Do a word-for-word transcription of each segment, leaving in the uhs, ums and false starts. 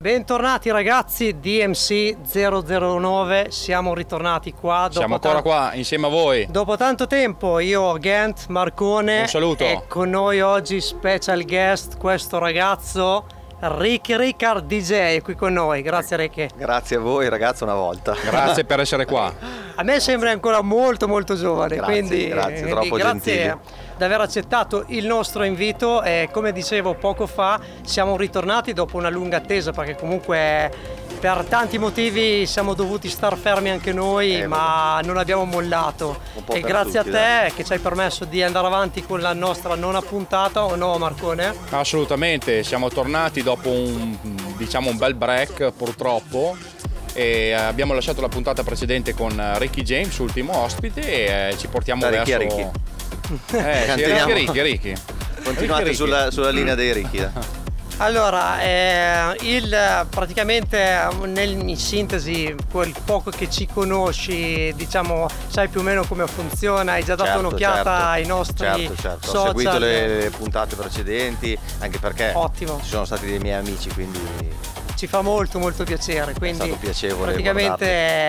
Bentornati ragazzi di M C zero zero nove, siamo ritornati qua. Dopo Siamo ancora tan- qua insieme a voi. Dopo tanto tempo, io, Gent, Marcone. Un saluto. E con noi oggi special guest, questo ragazzo, Ricky Ricard D J, è qui con noi. Grazie Ricky. Grazie a voi ragazzi una volta. Grazie per essere qua. A me sembra ancora molto molto giovane, Grazie, quindi grazie, quindi troppo grazie gentili. di aver accettato il nostro invito. E come dicevo poco fa, siamo ritornati dopo una lunga attesa, perché comunque per tanti motivi siamo dovuti star fermi anche noi, eh, ma non abbiamo mollato. Un po' E per grazie tutti, a te dai. che ci hai permesso di andare avanti con la nostra nona puntata, o no Marcone? Assolutamente, siamo tornati dopo un, diciamo, un bel break purtroppo. E abbiamo lasciato la puntata precedente con Ricky James, ultimo ospite, e eh, ci portiamo Da verso... Ricky a Ricky. Eh, sì, Cantiniamo. Ricky, Ricky, Ricky. Continuate Ricky, sulla, Ricky. sulla linea dei Ricky. eh. Allora, eh, il, praticamente nel, in sintesi, quel poco che ci conosci, diciamo, sai più o meno come funziona, hai già dato Certo, un'occhiata certo. ai nostri Certo, certo. social. Ho seguito le, le puntate precedenti, anche perché Ottimo. ci sono stati dei miei amici, quindi Ci fa molto molto piacere, quindi stato piacevole praticamente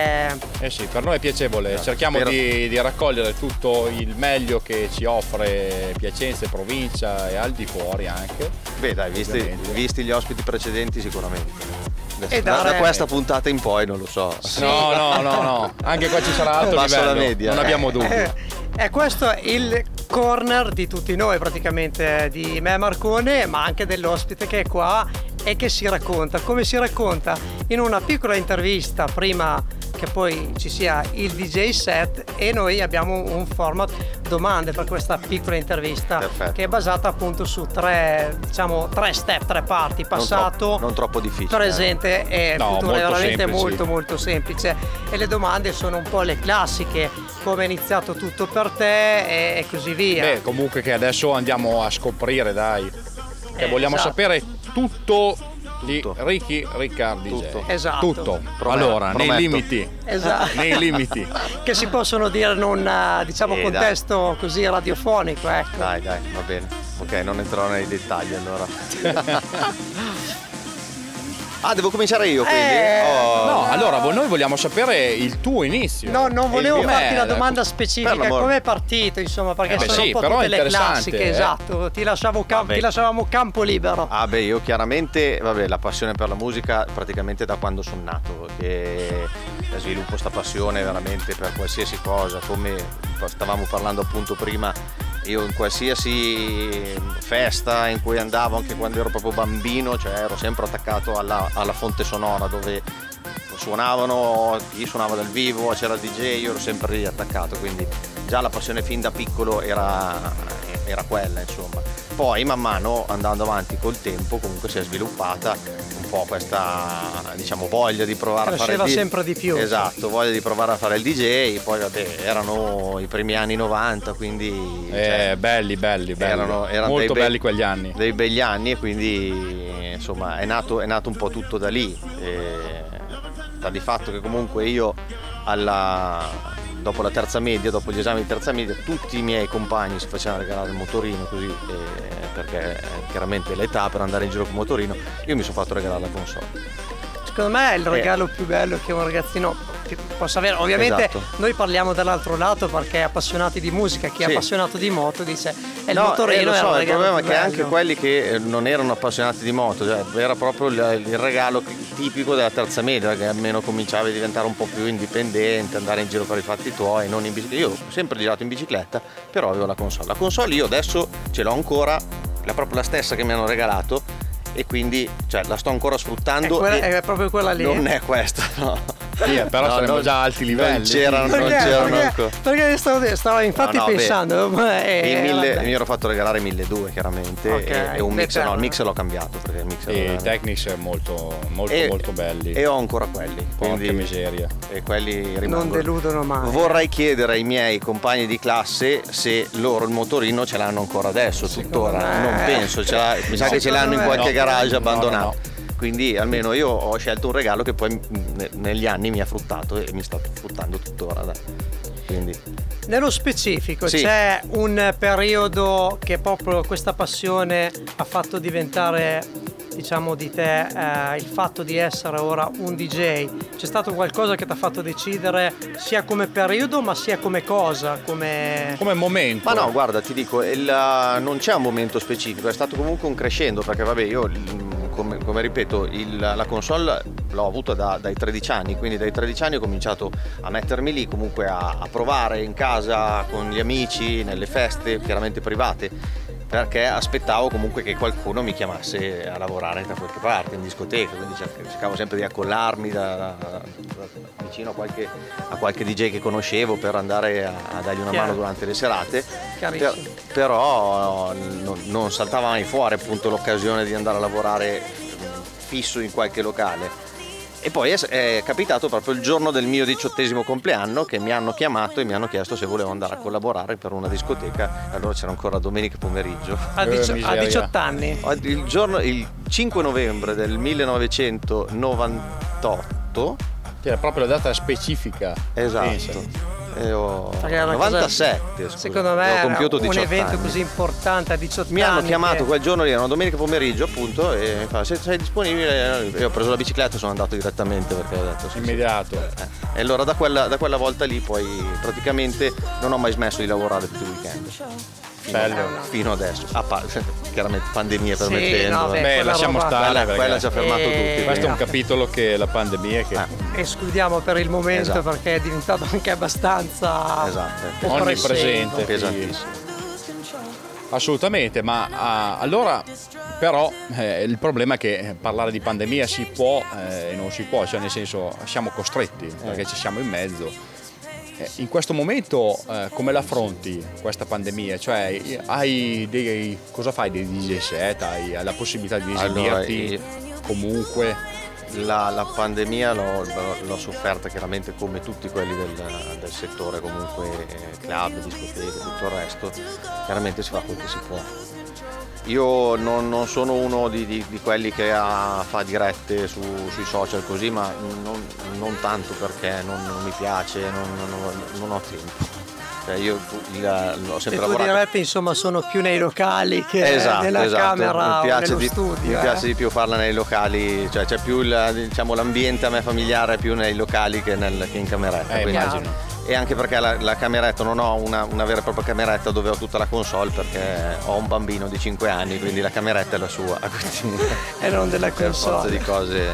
Eh sì, per noi è piacevole, cerchiamo Spero- di, di raccogliere tutto il meglio che ci offre Piacenza e provincia e al di fuori anche. beh dai, visti, Ovviamente. visti gli ospiti precedenti sicuramente. Adesso, E da, dare- da questa puntata in poi non lo so. No, no, no, no, anche qua ci sarà alto Basso livello, la media. non abbiamo dubbi. Eh, e questo è il corner di tutti noi, praticamente, di me Marcone, ma anche dell'ospite che è qua e che si racconta. Come si racconta? In una piccola intervista prima che poi ci sia il D J set, e noi abbiamo un format domande per questa piccola intervista. Perfetto. Che è basata appunto su tre, diciamo, tre step, tre parti: Non passato, troppo- non troppo difficile, presente e No, futuro. È molto veramente semplici. molto molto semplice, e le domande sono un po' le classiche: come è iniziato tutto per te e, e così via. Beh, comunque che adesso andiamo a scoprire, dai. Che Eh, vogliamo esatto. sapere tutto di Tutto. Ricky Riccardi. Tutto. Esatto. Tutto. Prometto, allora, prometto. nei limiti. Esatto. Nei limiti. Che si possono dire in un, eh, diciamo, Eh, contesto così radiofonico, ecco. Dai dai, va bene. Ok, non entrerò nei dettagli allora. Ah, devo cominciare io quindi? Eh, Oh. No, allora vo- noi vogliamo sapere il tuo inizio. No, non volevo Il- farti eh, una domanda per specifica, l'amor- come è partito, insomma, perché Eh beh, sono sì, un po' però tutte è le interessante, classiche, eh. esatto. Ti lasciavo, cam- Vabbè. ti lasciavamo campo libero. Ah beh, io chiaramente, vabbè, la passione per la musica praticamente da quando sono nato, che sviluppo sta passione veramente per qualsiasi cosa, come stavamo parlando appunto prima, io in qualsiasi festa in cui andavo, anche quando ero proprio bambino, cioè ero sempre attaccato alla, alla fonte sonora dove suonavano, chi suonava dal vivo, c'era il D J, io ero sempre lì attaccato, quindi già la passione fin da piccolo era, era quella, insomma. Poi man mano andando avanti col tempo comunque si è sviluppata un po' questa, diciamo, voglia di provare a fare il Cresceva D J. sempre di più. Esatto, voglia di provare a fare il D J, poi vabbè, erano i primi anni novanta, quindi Eh, cioè, belli, belli, belli. erano, erano Molto dei bei- belli quegli anni. dei begli anni, e quindi insomma è nato, è nato un po' tutto da lì. E, sta di fatto che comunque io alla, dopo la terza media, dopo gli esami di terza media, tutti i miei compagni si facevano regalare il motorino, così, eh, perché eh, chiaramente l'età per andare in giro con motorino, io mi sono fatto regalare la console. Secondo me è il regalo più bello che un ragazzino pi- possa avere. Ovviamente Esatto. noi parliamo dall'altro lato, perché appassionati di musica, chi è Sì. appassionato di moto dice è il No, motorino. eh, lo è so, il regalo problema è più che bello. anche quelli che eh, non erano appassionati di moto, cioè era proprio il, il regalo tipico della terza media, che almeno cominciavi a diventare un po' più indipendente, andare in giro per i fatti tuoi, non in bicicletta. Io ho sempre girato in bicicletta, però avevo la console. La console io adesso ce l'ho ancora, è proprio la stessa che mi hanno regalato, e quindi cioè, la sto ancora È, sfruttando. quella- e è proprio quella lì. non è questa, no. Sì, eh, però No, saremmo non- già a alti livelli. Non c'erano, non Perché? c'erano Perché, ancora. perché stavo, stavo infatti No, no, beh, pensando. ma è- I mille, vabbè. mi ero fatto regalare milleduecento chiaramente, Ok, e, e un beh, mixer, no, il però- mixer l'ho cambiato perché il mixer E i era- Technics molto, molto, E- molto belli. e ho ancora quelli, Porca quindi miseria. e quelli Non rimangono. deludono mai. Vorrei chiedere ai miei compagni di classe se loro il motorino ce l'hanno ancora adesso, tuttora. me- Non penso, ce l'ha- mi sa che ce Secondo l'hanno in me qualche no. garage No, no, abbandonato. no. Quindi almeno io ho scelto un regalo che poi ne- negli anni mi ha fruttato e mi sta fruttando tuttora. Dai. Quindi Nello specifico, Sì. c'è un periodo che proprio questa passione ha fatto diventare diciamo di te eh, il fatto di essere ora un D J? C'è stato qualcosa che ti ha fatto decidere sia come periodo ma sia come cosa, come, come momento? Ma no, guarda, ti dico, il, non c'è un momento specifico, è stato comunque un crescendo, perché vabbè, io come, come ripeto, il, la console l'ho avuta da, dai tredici anni, quindi dai tredici anni ho cominciato a mettermi lì comunque a, a provare in casa con gli amici, nelle feste chiaramente private, perché aspettavo comunque che qualcuno mi chiamasse a lavorare da qualche parte, in discoteca, quindi cercavo sempre di accollarmi da, da, da, vicino a qualche, a qualche D J che conoscevo per andare a, a dargli una Chiaro. mano durante le serate. Per, però non, non saltava mai fuori appunto l'occasione di andare a lavorare fisso in qualche locale. E poi è, è capitato proprio il giorno del mio diciottesimo compleanno che mi hanno chiamato e mi hanno chiesto se volevo andare a collaborare per una discoteca. Allora c'era ancora domenica pomeriggio. A, dicio- a diciotto anni? Il giorno, il cinque novembre del millenovecentonovantotto. Era proprio la data specifica. Esatto. Pensa. E ho novantasette, cosa, scusa, secondo me ho compiuto era un evento anni. così importante a diciotto anni. Mi hanno chiamato che... quel giorno lì, era una domenica pomeriggio appunto, e mi fa: se sei disponibile. Io ho preso la bicicletta e sono andato direttamente, perché ho detto sì, immediato. Sì. Eh. E allora da quella, da quella volta lì poi praticamente non ho mai smesso di lavorare tutti i weekend. Fino, Bello. fino adesso, a parte chiaramente pandemie Sì, permettendo. no, beh, Beh, lasciamo roba... stare. Quella, perché quella ci ha fermato E... tutti. Questo è un no. capitolo che la pandemia che Ah. Escludiamo per il momento, Esatto. perché è diventato anche abbastanza Esatto. onnipresente. Pesantissimo. Assolutamente, ma ah, allora però eh, il problema è che parlare di pandemia si può e eh, non si può, cioè nel senso siamo costretti perché ci siamo in mezzo. Eh, in questo momento eh, come l'affronti questa pandemia? Cioè hai dei, cosa fai dei D J set? Hai, hai la possibilità di esibirti Allora, io- comunque? La, la pandemia l'ho, l'ho sofferta chiaramente come tutti quelli del, del settore, comunque eh, club, discoteche, tutto il resto. Chiaramente si fa quel che si può. Io non, non sono uno di, di, di quelli che ha, fa dirette su, sui social così, ma non, non tanto perché non, non mi piace, non, non, non ho tempo. Cioè io il, ho sempre Le tue lavorato. dirette insomma sono più nei locali che Esatto, nella esatto. camera mi piace o nello di, studio. mi eh. piace di più farla nei locali, cioè c'è più il, diciamo, l'ambiente a me familiare più nei locali che, nel, che in cameretta. Eh, quindi- immagino. E anche perché la, la cameretta, non ho una, una vera e propria cameretta dove ho tutta la console, perché ho un bambino di cinque anni, quindi la cameretta è la sua. Quindi E non della per forza console. di cose.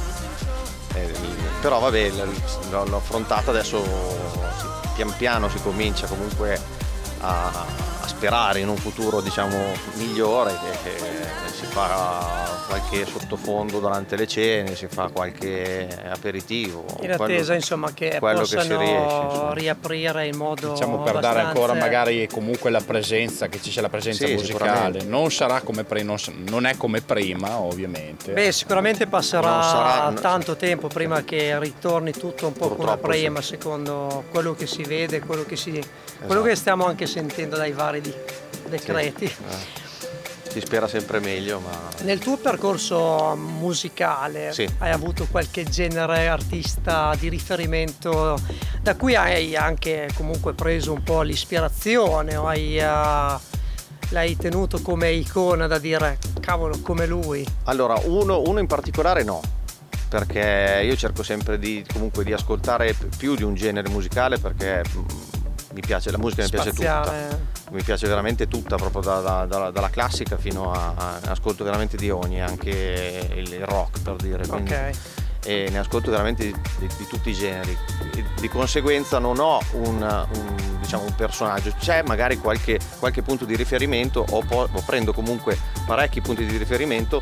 eh, però vabbè, l- l'ho, l'ho affrontata adesso, sì, pian piano si comincia comunque a, a sperare in un futuro diciamo migliore, che, che si fa qualche sottofondo durante le cene, si fa qualche aperitivo. In attesa quello- insomma che quello che possano si riesce, insomma. riaprire in modo Diciamo per dare abbastanza- ancora magari comunque la presenza, che ci sia la presenza Sì, musicale. sicuramente. Non sarà come pre- non, s- non è come prima, ovviamente. Beh, sicuramente passerà Non sarà- tanto tempo prima che ritorni tutto un po' come Purtroppo prima, sì. secondo quello che si vede, quello che si quello Esatto. che stiamo anche sentendo dai vari di- decreti. Eh, si spera sempre meglio, ma Nel tuo percorso musicale Sì. hai avuto qualche genere artista di riferimento da cui hai anche comunque preso un po' l'ispirazione o hai, eh, l'hai tenuto come icona da dire cavolo come lui? allora uno, uno in particolare no, perché io cerco sempre di comunque di ascoltare p- più di un genere musicale, perché mm, mi piace la musica, mi piace tutta. Spaziale. Mi piace veramente tutta, proprio da- da- da- dalla classica fino a, a- ascolto veramente di ogni, anche il, il rock per dire, quindi, Ok. e ne ascolto veramente di, di- di tutti i generi. E di conseguenza non ho un, un, diciamo, un personaggio, c'è magari qualche, qualche punto di riferimento o, po- o prendo comunque parecchi punti di riferimento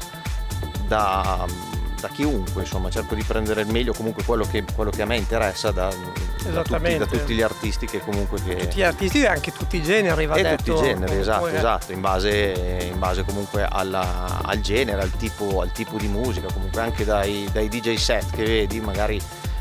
da, da chiunque, insomma cerco di prendere il meglio, comunque quello che, quello che a me interessa da, da, tutti, Esattamente. da tutti gli artisti che comunque che, Tutti gli artisti e anche tutti i generi, va e detto. tutti i generi, esatto, Comunque, esatto, in base, in base comunque alla- al genere, al tipo, al tipo di musica, comunque anche dai, dai D J set che vedi, magari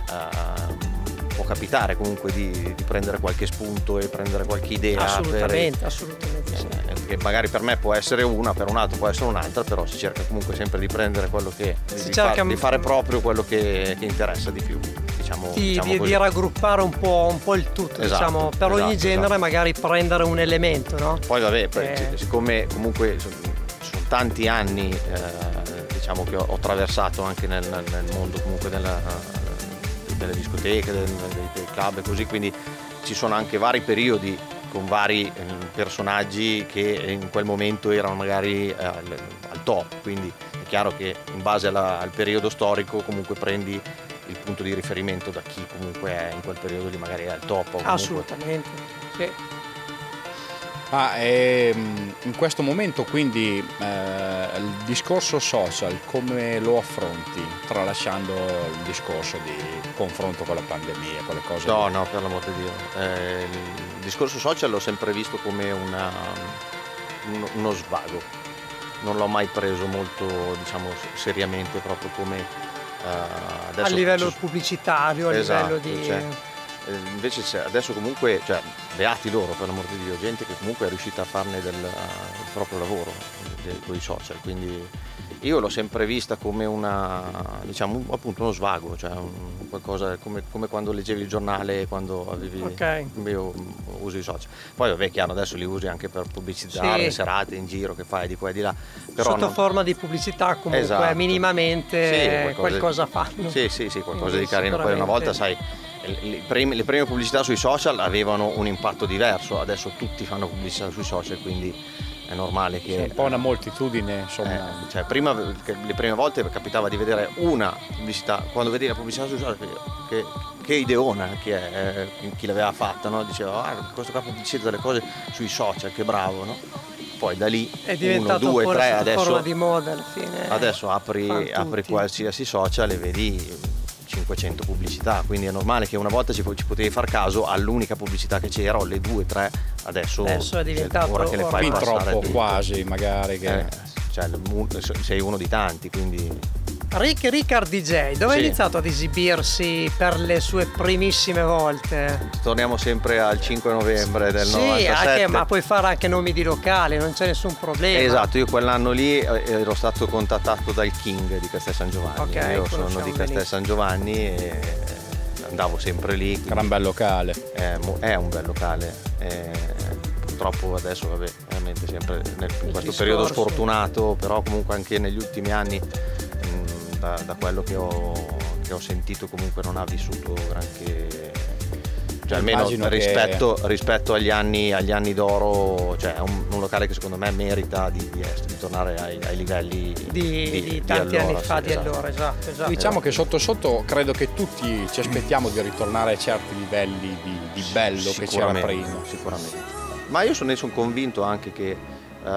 eh, può capitare comunque di, di prendere qualche spunto e prendere qualche idea. Assolutamente, assolutamente sì. per, eh, che magari per me può essere una, per un altro può essere un'altra, però si cerca comunque sempre di prendere quello che, Si di, cerca- far- di fare proprio quello che, che interessa di più, diciamo, Di, diciamo di- così. di raggruppare un po', un po' il tutto, Esatto, diciamo, per ogni esatto, genere esatto. magari prendere un elemento, no? Poi vabbè, poi, Eh. siccome comunque sono, sono tanti anni eh, diciamo che ho, ho attraversato anche nel, nel mondo comunque della, delle discoteche, del, dei, dei club e così, quindi ci sono anche vari periodi con vari eh, personaggi che in quel momento erano magari eh, al, al top, quindi è chiaro che in base alla, al periodo storico comunque prendi il punto di riferimento da chi comunque è in quel periodo lì magari è al top. O comunque... Assolutamente, sì. Ah, ehm, in questo momento quindi eh, il discorso social come lo affronti, tralasciando il discorso di confronto con la pandemia, quelle cose? No, di... no, per l'amor di Dio. Eh, il discorso social l'ho sempre visto come una, uno, uno svago, non l'ho mai preso molto, diciamo, seriamente, proprio come uh, adesso. A livello pubblicitario, a esatto, livello di... Cioè, invece adesso comunque, cioè, beati loro per l'amor di Dio, gente che comunque è riuscita a farne del, il proprio lavoro con i social, quindi io l'ho sempre vista come una, diciamo, appunto uno svago, cioè un, qualcosa come, come quando leggevi il giornale, quando avevi, okay. io uso i social. Poi vabbè, chiaro, adesso li usi anche per pubblicizzare, sì. Le serate in giro che fai di qua e di là. Però sotto non... forma di pubblicità comunque, esatto. Minimamente sì, qualcosa, qualcosa fanno. Sì, sì, sì, qualcosa di carino. Poi una volta, sai, le prime, le prime pubblicità sui social avevano un impatto diverso, adesso tutti fanno pubblicità sui social, quindi è normale che... C'è un po' una moltitudine, insomma. Eh, cioè prima, le prime volte capitava di vedere una pubblicità, quando vedevi la pubblicità sui social, che, che ideona che è, chi l'aveva fatta, no? Diceva, ah, questo qua pubblicizza delle cose sui social, che bravo, no? Poi da lì è diventato uno, due, tre, adesso, forma di moda alla fine. Adesso apri, apri qualsiasi social e vedi cinquecento pubblicità, quindi è normale che una volta ci, ci potevi far caso all'unica pubblicità che c'era, o le due, tre, adesso, adesso è diventato ora che le fai fin passare troppo quasi magari che... eh, cioè, sei uno di tanti, quindi Rick Ricard D J, dove sì. ha iniziato ad esibirsi per le sue primissime volte? Torniamo sempre al cinque novembre del sì, novantasette. Anche, ma puoi fare anche nomi di locali, non c'è nessun problema. Esatto, io quell'anno lì ero stato contattato dal King di Castel San Giovanni. Okay, io sono di Castel benissimo. San Giovanni e andavo sempre lì. Gran bel locale. È, è un bel locale. È, purtroppo adesso, vabbè, veramente sempre nel, in questo discorso. Periodo sfortunato, però comunque anche negli ultimi anni, mh, da, da quello che ho, che ho sentito, comunque non ha vissuto granché. Cioè, almeno rispetto, che... rispetto agli anni, agli anni d'oro, cioè è un, un locale che secondo me merita di, di, di tornare ai, ai livelli di, di, di tanti di allora, anni fa, sì, di esatto. allora, esatto, esatto. Diciamo che sotto sotto credo che tutti ci aspettiamo di ritornare a certi livelli di, di bello che c'era prima. Sicuramente. Ma io ne sono convinto anche che uh,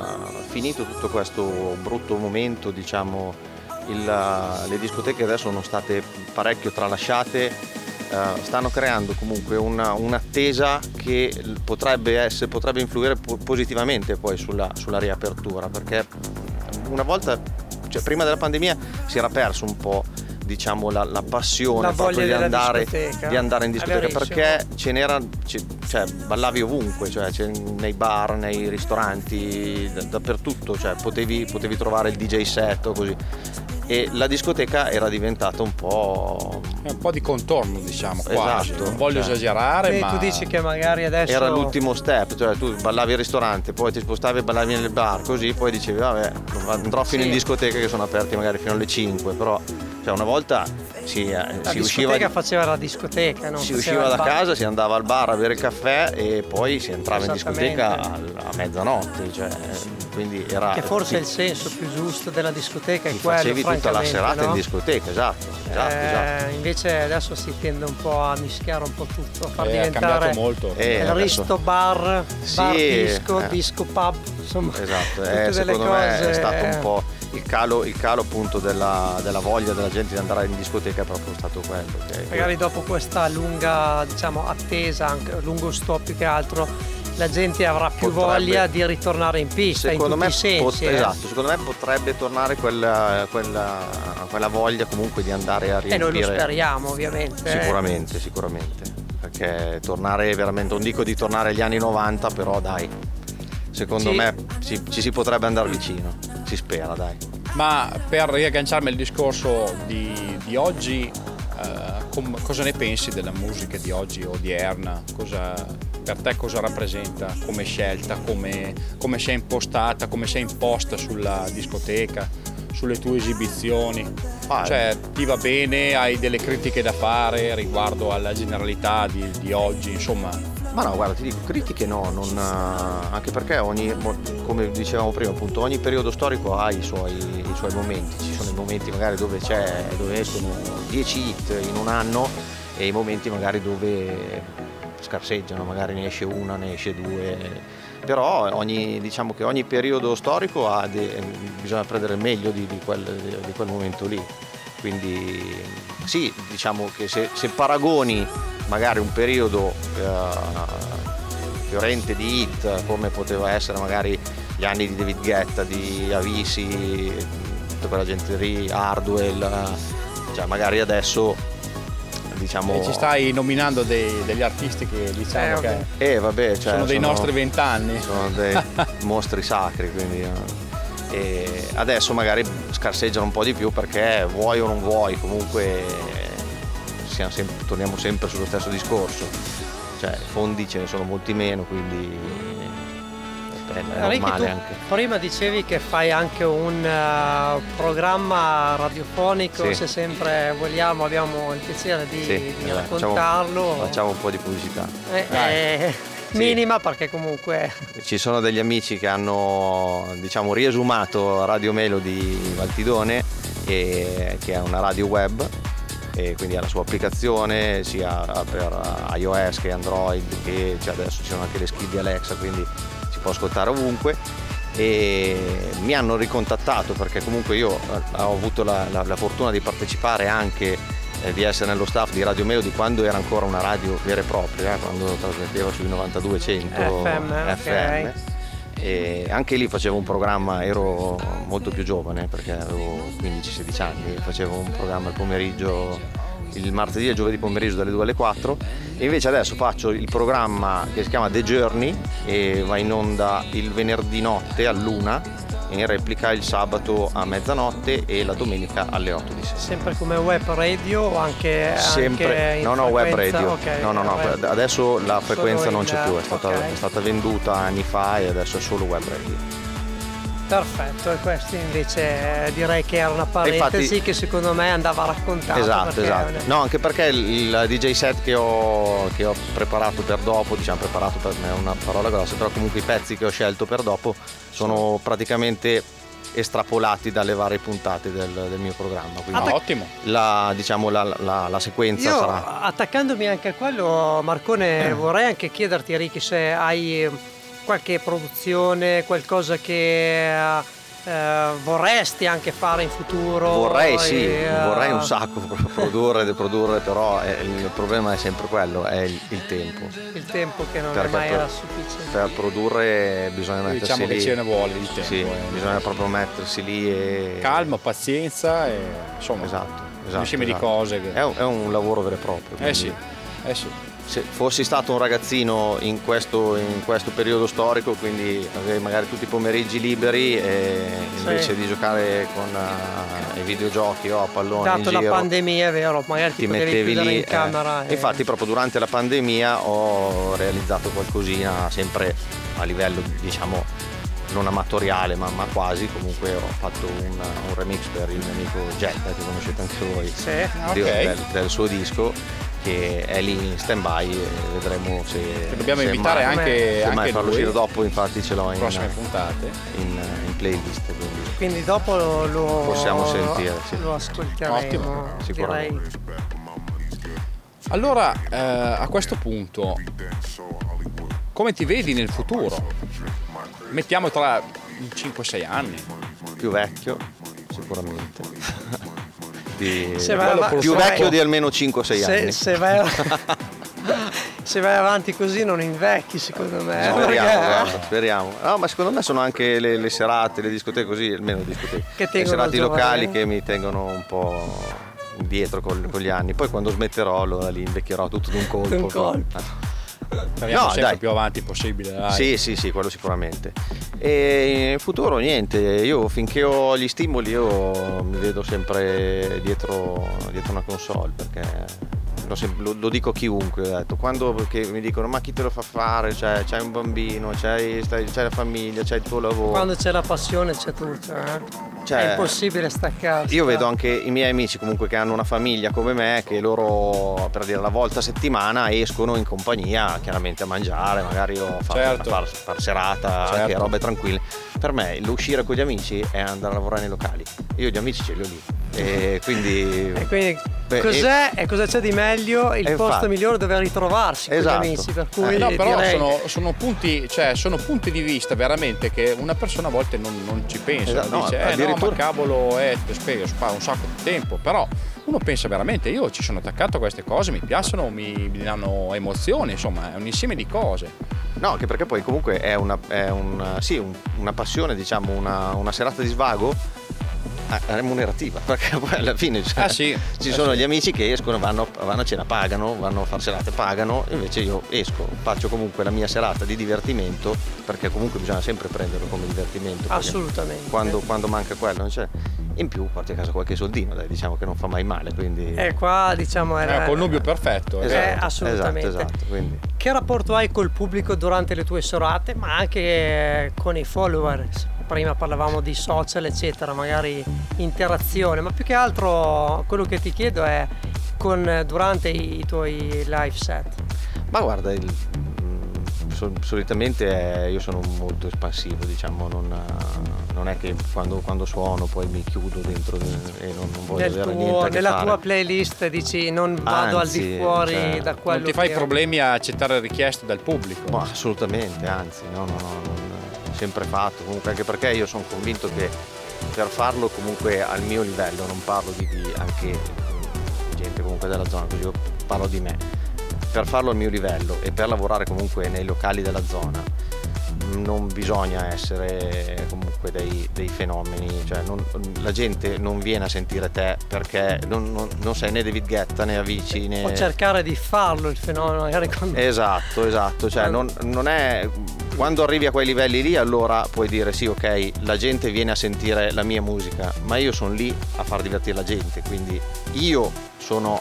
finito tutto questo brutto momento, diciamo, il, le discoteche adesso sono state parecchio tralasciate. Uh, stanno creando comunque una, un'attesa che potrebbe essere, potrebbe influire po- positivamente poi sulla, sulla riapertura, perché una volta, cioè prima della pandemia, si era perso un po', diciamo, la, la passione, la voglia di andare, di andare in discoteca, perché ce n'era, cioè ballavi ovunque, cioè nei bar, nei ristoranti, d- dappertutto, cioè potevi, potevi trovare il D J set o così. E la discoteca era diventata un po' un po' di contorno, diciamo, quasi. Esatto, non voglio cioè, esagerare, e ma tu dici che magari adesso era l'ultimo step, cioè tu ballavi al ristorante, poi ti spostavi e ballavi nel bar, così poi dicevi vabbè, andrò fino sì. in discoteca che sono aperti magari fino alle cinque, però cioè una volta si, la si discoteca usciva faceva la discoteca, non si usciva da casa, si andava al bar a bere il caffè e poi si entrava in discoteca a, a mezzanotte, cioè, quindi era che forse ti, è il senso più giusto della discoteca, è quello, facevi tutta la serata, no? In discoteca, esatto, esatto, eh, esatto. Invece adesso si tende un po' a mischiare un po' tutto, a far eh, diventare molto. Eh, il risto bar, sì, bar disco, eh. disco pub, insomma, esatto, eh, secondo cose... me è stato un po' il calo, il calo appunto della, della voglia della gente di andare in discoteca, è proprio stato quello. Che magari dopo questa lunga, diciamo, attesa, anche lungo stop più che altro, la gente avrà più potrebbe, voglia di ritornare in pista, secondo in me tutti i sensi. Pot- eh. Esatto, secondo me potrebbe tornare quella, quella, quella voglia comunque di andare a riempire. E noi lo speriamo, ovviamente. Sicuramente, eh. sicuramente. Perché tornare veramente, non dico di tornare agli anni novanta, però dai, secondo sì. me ci, ci si potrebbe andare vicino, si spera, dai. Ma per riagganciarmi al discorso di, di oggi, eh, com- cosa ne pensi della musica di oggi, odierna? Cosa, per te cosa rappresenta come scelta, come, come sei impostata, come sei imposta sulla discoteca? sulle tue esibizioni? Ah, cioè ti va bene, hai delle critiche da fare riguardo alla generalità di, di oggi, insomma? Ma no, guarda, ti dico, critiche no, non, anche perché ogni, come dicevamo prima, appunto, ogni periodo storico ha i suoi, i suoi momenti. Ci sono i momenti magari dove c'è, dove escono dieci hit in un anno e i momenti magari dove scarseggiano, magari ne esce una, ne esce due. Però ogni, diciamo che ogni periodo storico ha de, bisogna prendere il meglio di, di, quel, di quel momento lì. Quindi sì, diciamo che se, se paragoni magari un periodo eh, fiorente di hit come poteva essere magari gli anni di David Guetta, di Avicii, tutta quella gente lì, Hardwell, cioè magari adesso diciamo e ci stai nominando dei, degli artisti che diciamo eh, che eh, vabbè, cioè, sono dei sono, nostri vent'anni, sono dei mostri sacri, quindi eh. E adesso magari scarseggiano un po' di più perché vuoi o non vuoi comunque siamo sempre, torniamo sempre sullo stesso discorso, cioè fondi ce ne sono molti meno, quindi è normale. Ricky, tu anche prima dicevi che fai anche un uh, programma radiofonico, sì. Se sempre vogliamo abbiamo il piacere di, sì, di eh, raccontarlo. Facciamo, facciamo un po' di pubblicità. Eh, eh, Sì. Minima perché comunque Ci sono degli amici che hanno diciamo riesumato Radio Melody Valtidone, e, che è una radio web, e quindi ha la sua applicazione sia per iOS che Android, che cioè adesso ci sono anche le skill di Alexa, quindi si può ascoltare ovunque. E mi hanno ricontattato perché comunque io ho avuto la, la, la fortuna di partecipare anche di essere nello staff di Radio Melody quando era ancora una radio vera e propria, quando trasmetteva sui novantadue cento F M, F M. okay. E anche lì facevo un programma, ero molto più giovane perché avevo quindici sedici anni, facevo un programma al pomeriggio, il martedì e giovedì pomeriggio dalle due alle quattro, e invece adesso faccio il programma che si chiama The Journey e va in onda il venerdì notte all'una, in replica il sabato a mezzanotte e la domenica alle otto di sera. sempre come web radio o anche, Sempre, anche in no no web frequenza? radio, Okay, no no no, web. adesso la frequenza Solo non in- c'è più, è stata, okay. è stata venduta anni fa e adesso è solo web radio. Perfetto, e questo invece eh, direi che era una parentesi Infatti- che secondo me andava raccontata. Esatto, perché esatto. è- No, anche perché il, il D J set che ho, che ho preparato per dopo, diciamo preparato per me è una parola grossa, però comunque i pezzi che ho scelto per dopo sono praticamente estrapolati dalle varie puntate del, del mio programma. Quindi Ah, ottimo. la, diciamo, la, la, la sequenza Io, sarà. attaccandomi anche a quello, Marcone, Eh. vorrei anche chiederti, Ricky, se hai qualche produzione, qualcosa che eh, vorresti anche fare in futuro. Vorrei sì, e, eh, vorrei un sacco produrre, produrre, però è- il problema è sempre quello, è il, il tempo. Il tempo che non è Perché mai per- era sufficiente. Per produrre bisogna mettersi Diciamo lì. che ce ne vuole di tempo. Sì, eh. bisogna proprio mettersi lì e... Calma, pazienza e insomma Esatto, un esatto. insieme esatto. di cose che... È un, è un lavoro vero e proprio. Eh quindi sì, eh sì. Se fossi stato un ragazzino in questo, in questo periodo storico, quindi avevi magari tutti i pomeriggi liberi e invece Sì. di giocare con uh, i videogiochi o a pallone Dato in la giro, pandemia, è vero, magari ti, ti potevi mettevi chiudere lì. in camera. eh. e- Infatti proprio durante la pandemia ho realizzato qualcosina sempre a livello diciamo non amatoriale ma, ma quasi, comunque ho fatto un, un remix per il mio amico Jet, che conoscete anche voi, Sì. di- Ok. del, del suo disco che è lì in stand by e vedremo se Che dobbiamo se invitare mai, anche, se mai anche farlo lui uscire dopo, infatti ce l'ho in, prossime puntate. in, in playlist, quindi Quindi dopo lo, lo- Possiamo sentire, sì. lo ascolteremo. Ottimo, sicuramente. direi. Allora, eh, a questo punto, come ti vedi nel futuro? Mettiamo tra cinque sei anni. più vecchio sicuramente di, Se vai av- più se vecchio vai- di almeno cinque sei Se, anni. se vai, se vai avanti così non invecchi, secondo me. Speriamo, perché- guarda, speriamo. No, ma secondo me sono anche le, le serate, le discoteche così, almeno le discoteche. Che le tengono serate giovane. locali che mi tengono un po' indietro con, con gli anni. Poi quando smetterò, allora lì invecchierò tutto d'un colpo. D'un colpo. Speriamo No, sempre dai. più avanti possibile. Dai. Sì, sì, sì, quello sicuramente. E in futuro niente, io finché ho gli stimoli io mi vedo sempre dietro, dietro una console, perché lo, sem- lo- lo dico a chiunque, ho detto, quando che mi dicono ma chi te lo fa fare, cioè, c'hai un bambino, c'hai, stai- c'hai la famiglia, c'hai il tuo lavoro. Quando c'è la passione c'è tutto. Eh? Cioè, è impossibile staccarsi. Io vedo anche i miei amici comunque che hanno una famiglia come me, che loro, per dire, la volta a settimana escono in compagnia, chiaramente a mangiare, magari o a far, certo. a far, far serata, certo. anche robe tranquille. Per me l'uscire con gli amici è andare a lavorare nei locali. Io gli amici ce li ho lì. E quindi, e quindi beh, cos'è e, e cosa c'è di meglio? Il posto infatti, migliore dove ritrovarsi con esatto. gli amici, per cui Eh, no, però direi... sono, sono punti, cioè sono punti di vista veramente che una persona a volte non, non ci pensa, Esatto, no, dice eh no addirittura- ma cavolo eh, ti spiego, fa un sacco di tempo, però uno pensa veramente io ci sono attaccato a queste cose, mi piacciono, mi, mi danno emozioni, insomma è un insieme di cose. No, anche perché poi comunque è una, è una, sì, un, una passione, diciamo, una, una serata di svago remunerativa, perché poi alla fine cioè, ah, sì. ci eh, sono sì. gli amici che escono, vanno, vanno a cena, pagano, vanno a fare serate, pagano, invece io esco, faccio comunque la mia serata di divertimento, perché comunque bisogna sempre prenderlo come divertimento. Assolutamente. Quando, quando manca quello, non c'è. In più porti a casa qualche soldino, dai, diciamo che non fa mai male, quindi... E qua diciamo era... Eh, connubio perfetto. Eh, Esatto, assolutamente. esatto, esatto, quindi... Che rapporto hai col pubblico durante le tue serate, ma anche con i followers? Prima parlavamo di social, eccetera, magari interazione, ma più che altro quello che ti chiedo è con durante i tuoi live set. Ma guarda, il, sol, solitamente è, io sono molto espansivo, diciamo, non, non è che quando, quando suono poi mi chiudo dentro e non, non voglio Nel avere tuo, niente a che nella fare. tua playlist dici non vado Anzi, al di fuori cioè, da quello Non ti fai che... problemi a accettare richieste dal pubblico? Ma assolutamente, anzi, no, no, no, non, sempre fatto, comunque anche perché io sono convinto che per farlo comunque al mio livello, non parlo di, di anche gente comunque della zona, così io parlo di me, per farlo al mio livello e per lavorare comunque nei locali della zona non bisogna essere comunque dei, dei fenomeni, cioè non, la gente non viene a sentire te perché non, non, non sei né David Guetta né Avicii né... O cercare di farlo il fenomeno magari quando... Esatto, esatto, cioè non, non è... Quando arrivi a quei livelli lì allora puoi dire sì, ok, la gente viene a sentire la mia musica, ma io sono lì a far divertire la gente, quindi io sono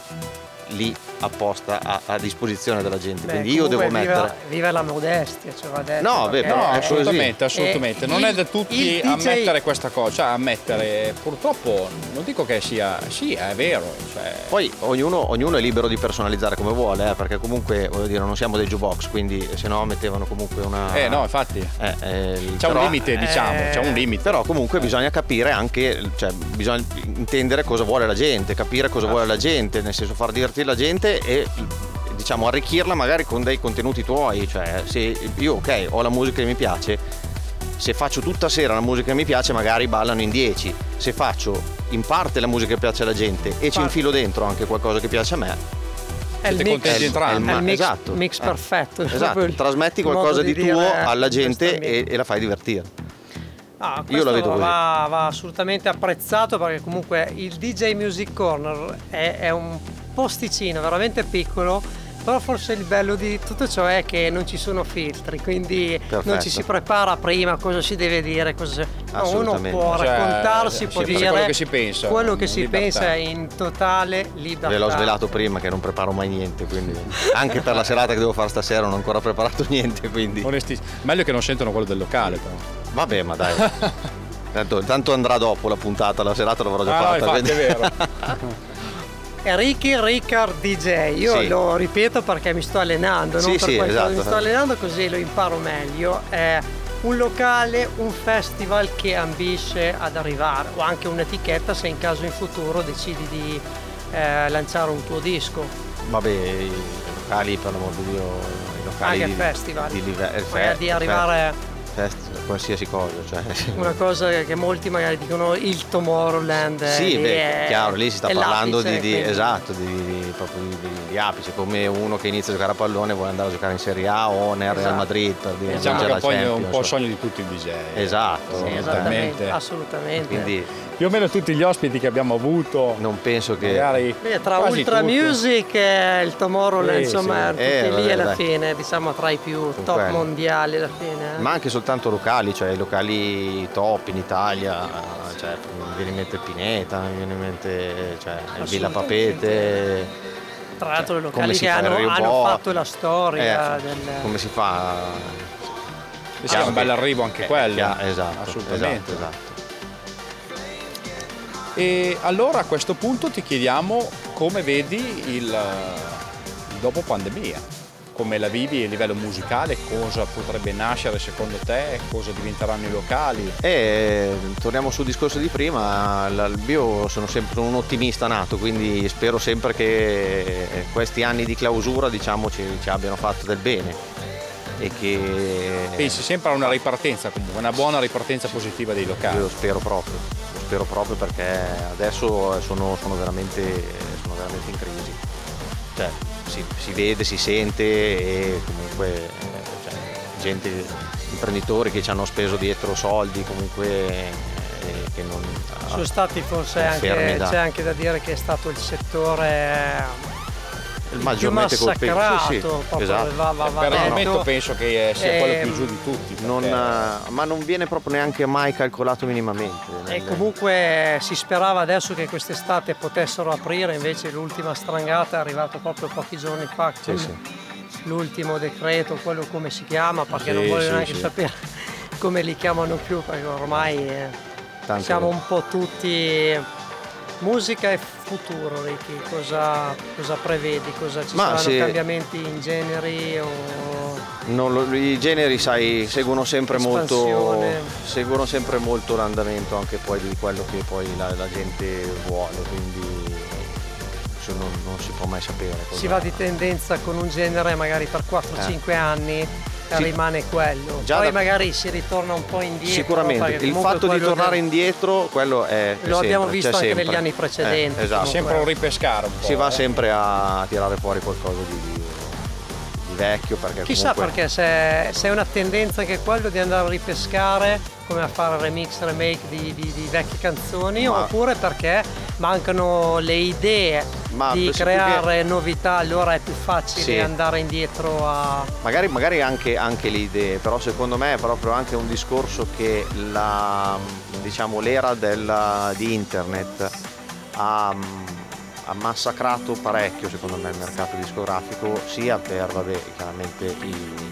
lì apposta a, a disposizione della gente. Beh, quindi io devo viva, mettere viva la modestia, cioè va detto, no, beh, perché- no, No, è assolutamente, così. assolutamente. E Non il- è da tutti il D J ammettere questa cosa, cioè ammettere, purtroppo non dico che sia, sì, è vero, cioè, Poi ognuno, ognuno è libero di personalizzare come vuole, eh, perché comunque voglio dire non siamo dei jukebox, quindi se no mettevano comunque una... eh no, infatti, eh, eh, c'è un però- limite, diciamo, eh, c'è un limite. Però comunque bisogna capire anche, cioè bisogna intendere cosa vuole la gente, capire cosa vuole la gente, nel senso far divertire la gente e diciamo arricchirla magari con dei contenuti tuoi, cioè se io ok ho la musica che mi piace, se faccio tutta sera la musica che mi piace magari ballano in dieci, se faccio in parte la musica che piace alla gente e ci infilo dentro anche qualcosa che piace a me, è il siete mix, contenti entrambi. è il mix, esatto, mix eh, perfetto, è esatto, proprio il trasmetti modo qualcosa di, dire tuo alla questo gente mix. e, e la fai divertire. Ah, Io questo la vedo così. va, va assolutamente apprezzato perché comunque il D J Music Corner è, è un posticino veramente piccolo, però forse il bello di tutto ciò è che non ci sono filtri, quindi Perfetto. non ci si prepara prima cosa si deve dire, cosa si... no, uno Assolutamente. può Cioè, raccontarsi, può sì, dire quello che si pensa, quello che in si libertà. pensa in totale libertà. Ve l'ho svelato prima che non preparo mai niente, quindi anche per la serata che devo fare stasera non ho ancora preparato niente, quindi Onestissimo. Meglio che non sentono quello del locale, però. vabbè, ma dai. Tanto, tanto andrà dopo la puntata, la serata l'avrò già Ah, no, fatta. infatti, quindi- è vero. Ricky Ricard D J, io Sì. lo ripeto perché mi sto allenando, non Sì, per sì, questo, esatto. mi sto allenando così lo imparo meglio. È un locale, un festival che ambisce ad arrivare, o anche un'etichetta se in caso in futuro decidi di eh, lanciare un tuo disco. Vabbè, i locali, per l'amor di Dio, i locali Anche di, festival. di livello, Magari di arrivare festival, qualsiasi cosa, cioè. una cosa che molti magari dicono il Tomorrowland. Sì, lì beh, è- chiaro, lì si sta è parlando di, l'apice, di- quindi- esatto, di, di- proprio di, di, di apice, come uno che inizia a giocare a pallone e vuole andare a giocare in Serie A o nel Real Esatto. Madrid per dire Diciamo vincere che la poi è un Champions. po' il sogno di tutti i D J. Esatto, Sì, Sì, esattamente, esattamente. assolutamente. Quindi Più o meno tutti gli ospiti che abbiamo avuto, non penso che magari Beh, tra quasi Ultra tutti. Music e il Tomorrowland, Sì, insomma, sì. tutti Eh, lì vabbè, alla dai. fine, diciamo tra i più top quello. mondiali alla fine. eh. ma anche soltanto locali, cioè i locali top in Italia, cioè mi viene in mente Pineta, mi viene in mente cioè, il Villa Papete. Tra l'altro i come locali si che fa il hanno, Rio hanno Bo- fatto la storia Eh, del... come si fa? Sì, è un bel arrivo anche Eh, quello. chia- esatto, assolutamente. esatto, esatto. E allora a questo punto ti chiediamo come vedi il, il dopo pandemia, come la vivi a livello musicale, cosa potrebbe nascere secondo te, cosa diventeranno i locali? E torniamo sul discorso di prima, io sono sempre un ottimista nato, quindi spero sempre che questi anni di clausura, diciamo, ci, ci abbiano fatto del bene. E che pensi sempre a una ripartenza, comunque una buona ripartenza positiva dei locali. Io lo spero proprio, lo spero proprio perché adesso sono, sono, veramente, sono veramente in crisi, cioè si, si vede, si sente e comunque cioè, gente, imprenditori che ci hanno speso dietro soldi comunque eh, che non sono stati forse anche, da... c'è anche da dire che è stato il settore il maggiormente colpito, sì, sì, esatto. va, va, va per il momento penso che sia quello più giù di tutti non, perché... ma non viene proprio neanche mai calcolato minimamente e nelle... comunque si sperava adesso che quest'estate potessero aprire, invece l'ultima strangata è arrivata proprio pochi giorni fa, sì, sì. L'ultimo decreto, quello come si chiama, perché sì, non voglio sì, neanche sì. sapere come li chiamano più, perché ormai eh, siamo un po' tutti. Musica e futuro, Ricky, cosa, cosa prevedi? Cosa ci Ma saranno se... cambiamenti in generi o... non lo, i generi, sai, seguono sempre molto seguono sempre molto l'andamento anche poi di quello che poi la, la gente vuole, quindi non, non si può mai sapere cosa... Si va di tendenza con un genere magari per quattro cinque eh. anni. Sì. Rimane quello, già poi da... magari si ritorna un po' indietro. Sicuramente il fatto di tornare del... indietro, quello è lo sempre, abbiamo visto anche sempre. negli anni precedenti. Eh, esatto. Sempre un ripescare un po'. Si va eh. sempre a tirare fuori qualcosa di, di, di vecchio, perché chissà comunque... perché se, se è una tendenza che è quello di andare a ripescare, come a fare remix, remake di, di, di vecchie canzoni, Ma... oppure perché mancano le idee Ma di creare che... novità, allora è più facile sì. andare indietro a... Magari, magari anche, anche le idee, però secondo me è proprio anche un discorso che la, diciamo, l'era della, di internet ha, ha massacrato parecchio secondo me il mercato discografico, sia per vabbè, chiaramente i,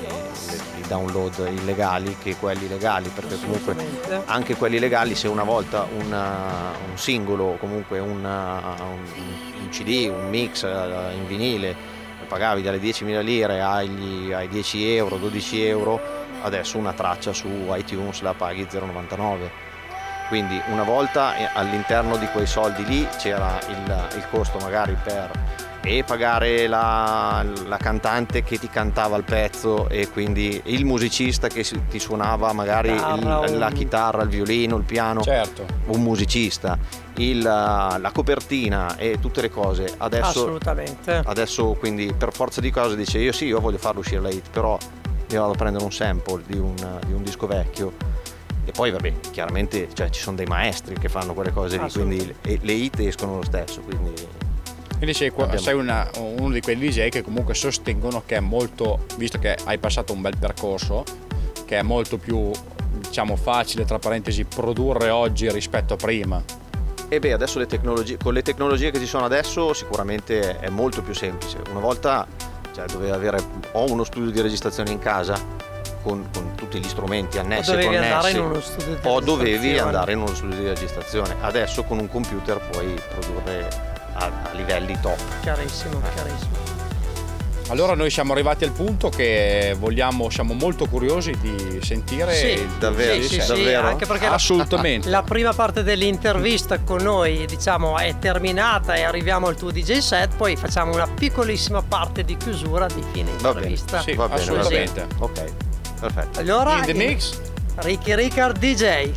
i download illegali che quelli legali, perché comunque anche quelli legali, se una volta una, un singolo, comunque una, un, un C D, un mix in vinile pagavi dalle diecimila lire agli, ai dieci euro, dodici euro, adesso una traccia su iTunes la paghi zero virgola novantanove. Quindi una volta all'interno di quei soldi lì c'era il, il costo magari per e pagare la, la cantante che ti cantava il pezzo e quindi il musicista che ti suonava magari chitarra, il, un... la chitarra, il violino, il piano, certo. un musicista, il, la copertina e tutte le cose. Adesso, assolutamente. Adesso quindi per forza di cose dice io sì, io voglio farlo uscire la hit, però io vado a prendere un sample di un, di un disco vecchio. E poi vabbè, chiaramente cioè, ci sono dei maestri che fanno quelle cose lì, quindi le, le hit escono lo stesso. Quindi, quindi sei, abbiamo... sei una, uno di quei D J che comunque sostengono che è molto, visto che hai passato un bel percorso, che è molto più, diciamo, facile, tra parentesi, produrre oggi rispetto a prima. E beh, adesso le tecnologie, con le tecnologie che ci sono adesso sicuramente è molto più semplice. Una volta cioè, dovevi avere o uno studio di registrazione in casa, Con, con tutti gli strumenti annessi o dovevi connessi, andare in uno studio di o dovevi andare in uno studio di registrazione. Adesso con un computer puoi produrre a, a livelli top. Chiarissimo, chiarissimo. Allora noi siamo arrivati al punto che vogliamo, siamo molto curiosi di sentire sì, il davvero, sì, sì, davvero? Sì, anche perché assolutamente la, la prima parte dell'intervista con noi, diciamo, è terminata e arriviamo al tuo D J set, poi facciamo una piccolissima parte di chiusura di fine intervista. Sì, va bene, assolutamente. Va bene. Ok, perfetto. Allora, in the mix, Ricky Ricard D J.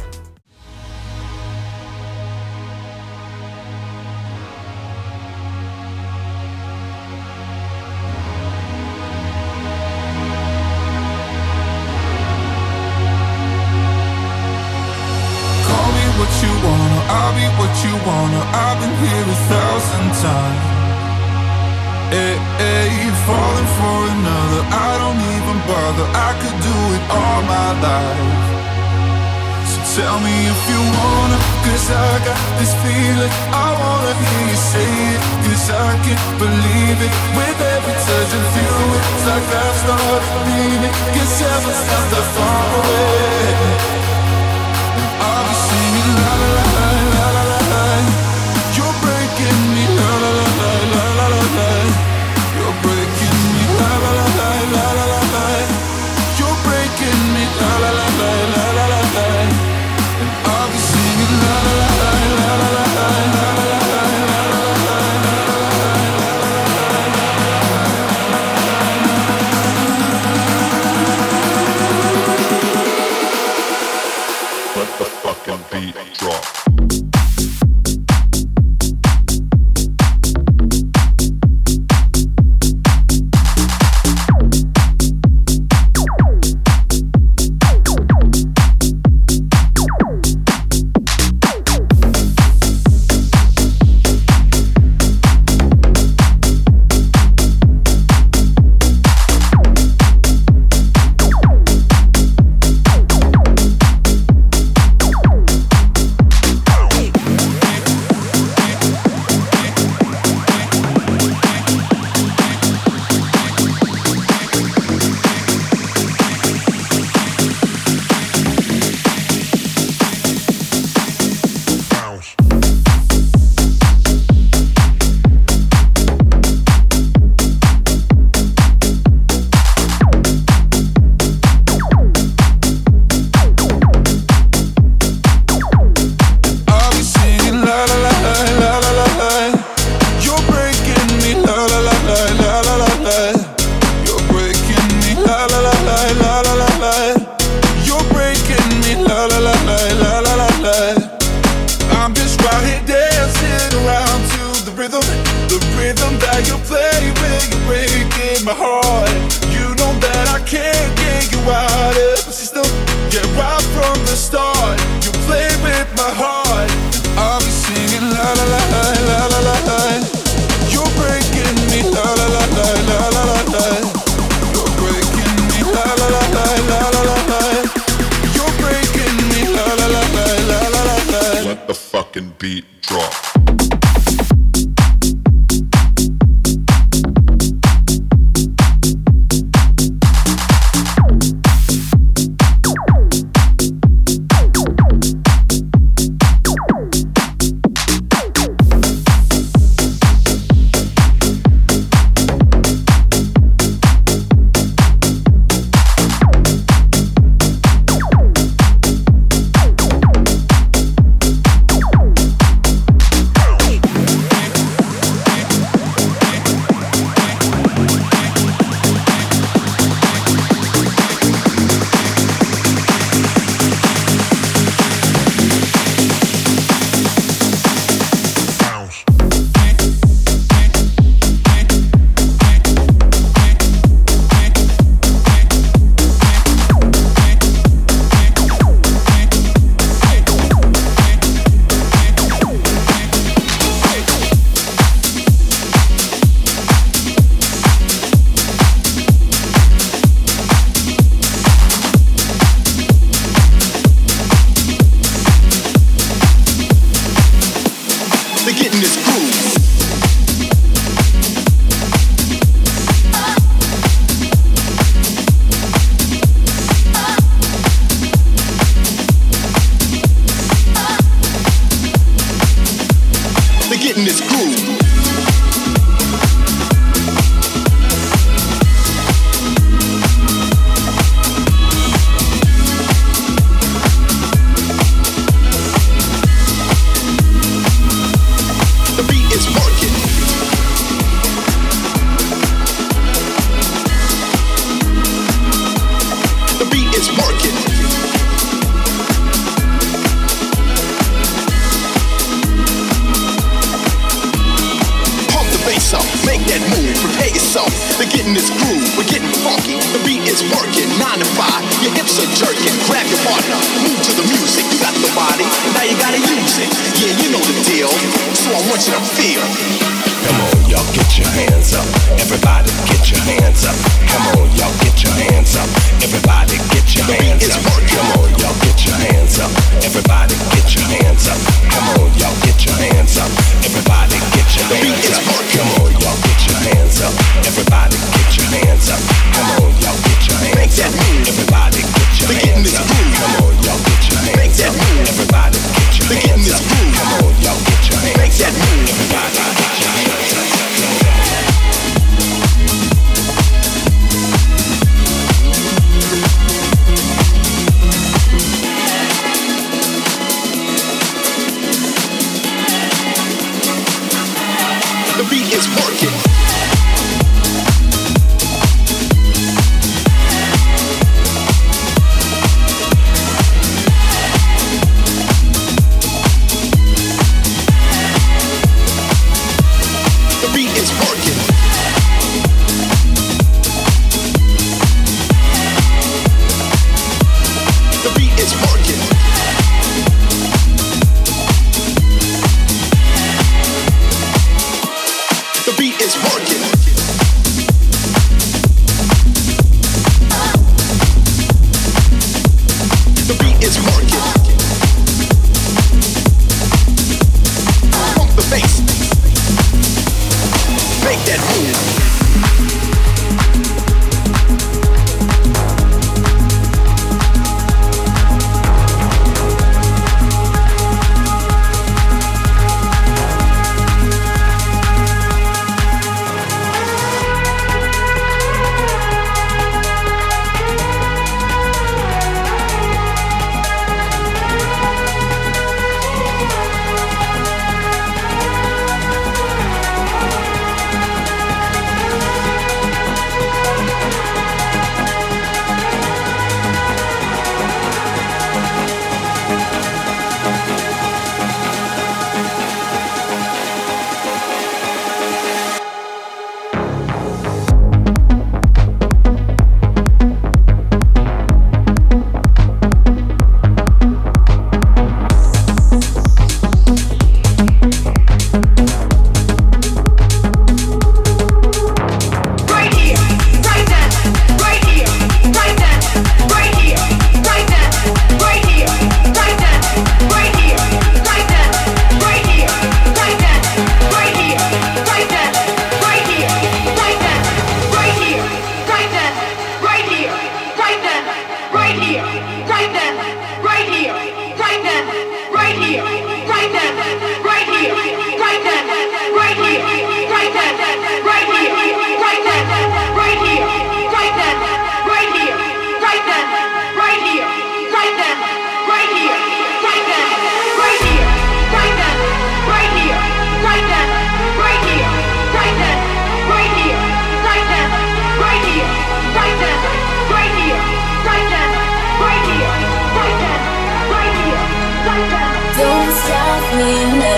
I'll be what you wanna, I've been here a thousand times. Hey, hey, falling for another, I don't even bother, I could do it all my life. So tell me if you wanna, cause I got this feeling, I wanna hear you say it, cause I can't believe it. With every touch of you, it's like I've started believing, cause heaven's not that far away. And I'll be singing la la la la la la la. rhythm that you play with, you're breaking my heart. You know that I can't get you out of the system. Yeah, right from the start, you play with my heart. I'll be singing la la la la la la la. You're breaking me la la la la la la la la. You're breaking me la la la la la la la la. You're breaking me la la la la la la la la. Let the fucking beat drop.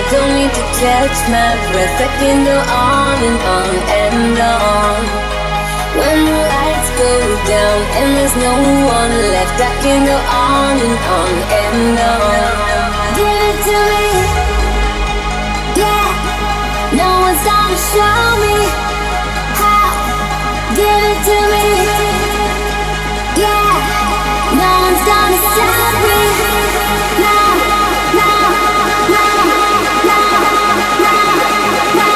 don't need to catch my breath. I can go on and on and on. When the lights go down and there's no one left, I can go on and on and on. Give it to me, yeah. No one's gonna show me how. Give it to me, yeah. No one's gonna stop me. No, no, no, no, no, no,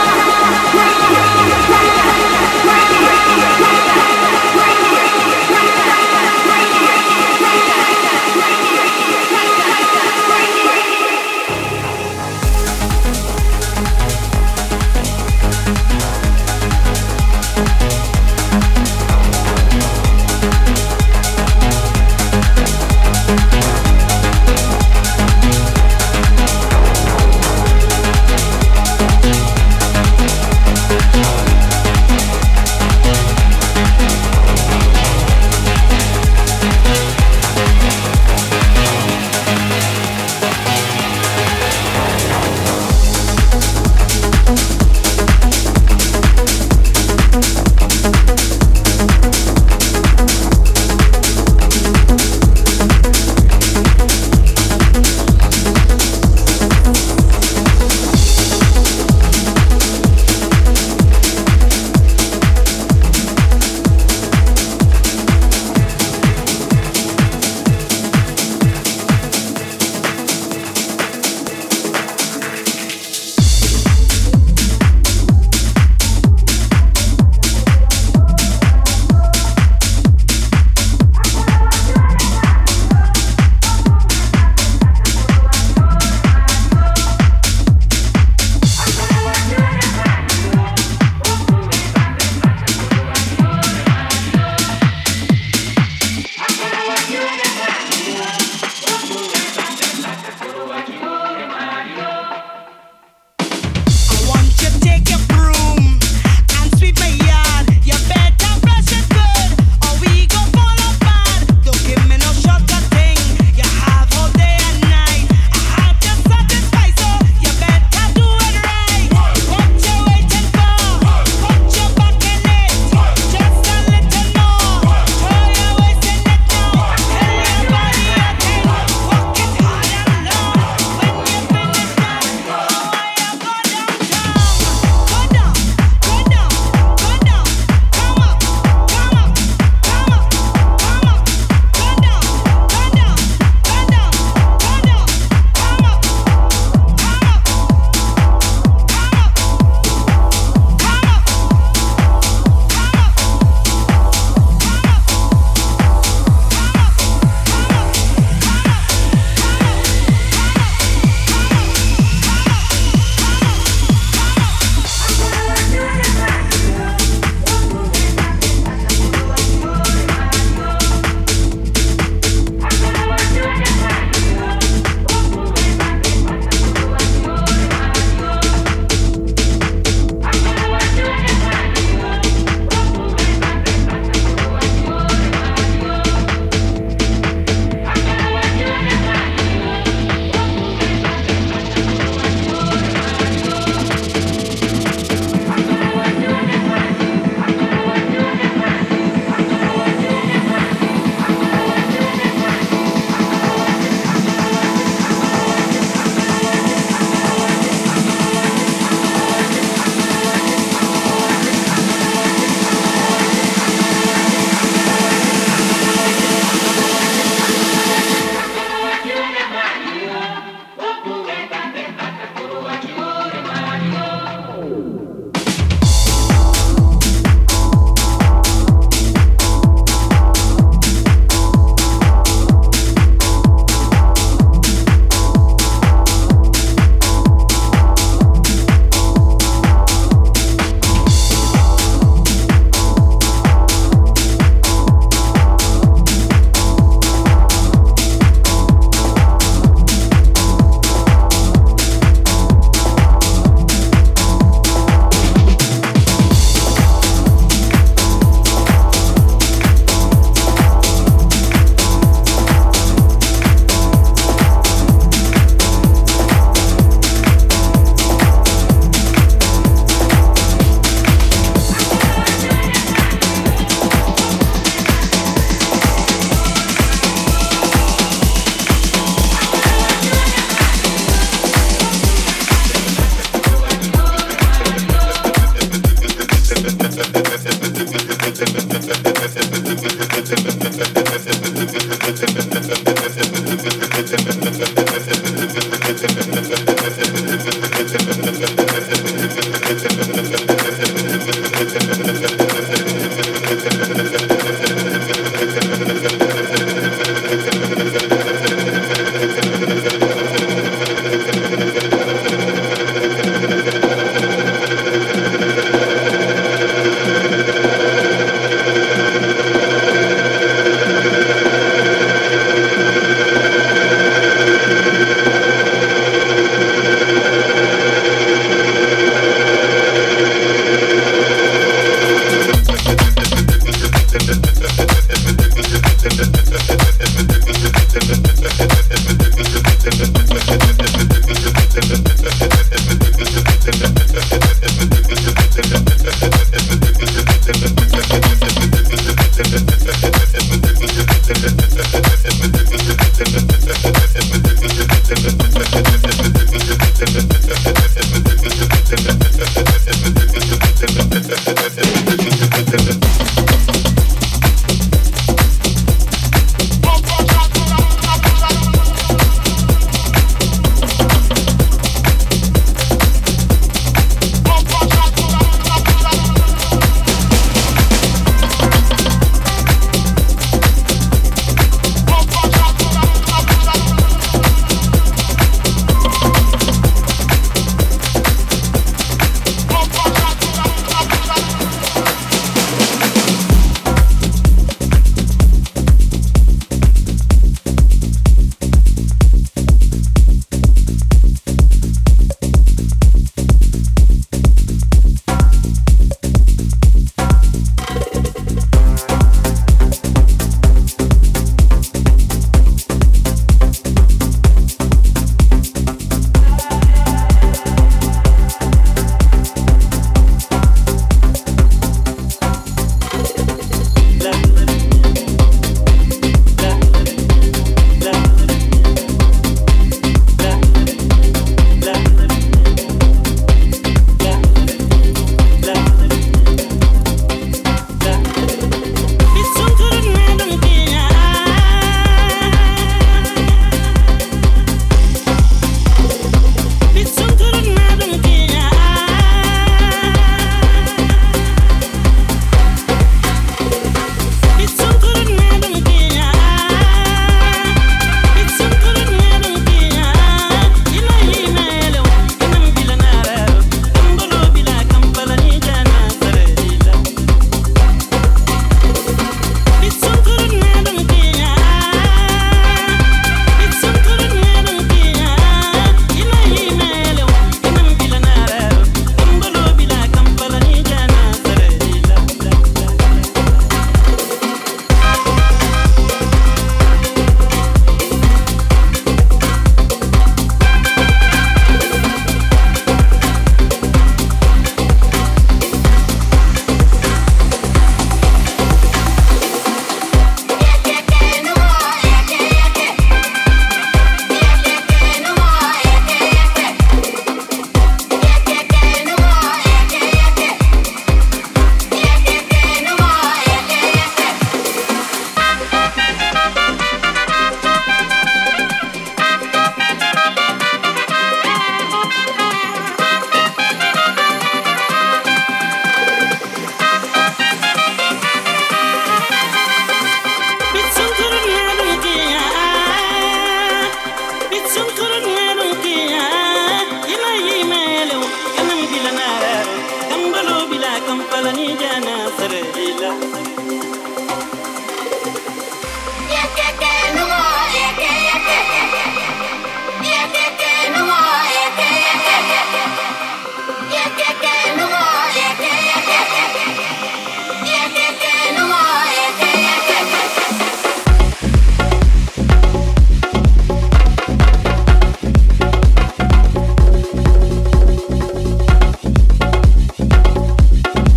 ಕಂಪಲನಿ ಜನ ಸರಲಿಲ್ಲ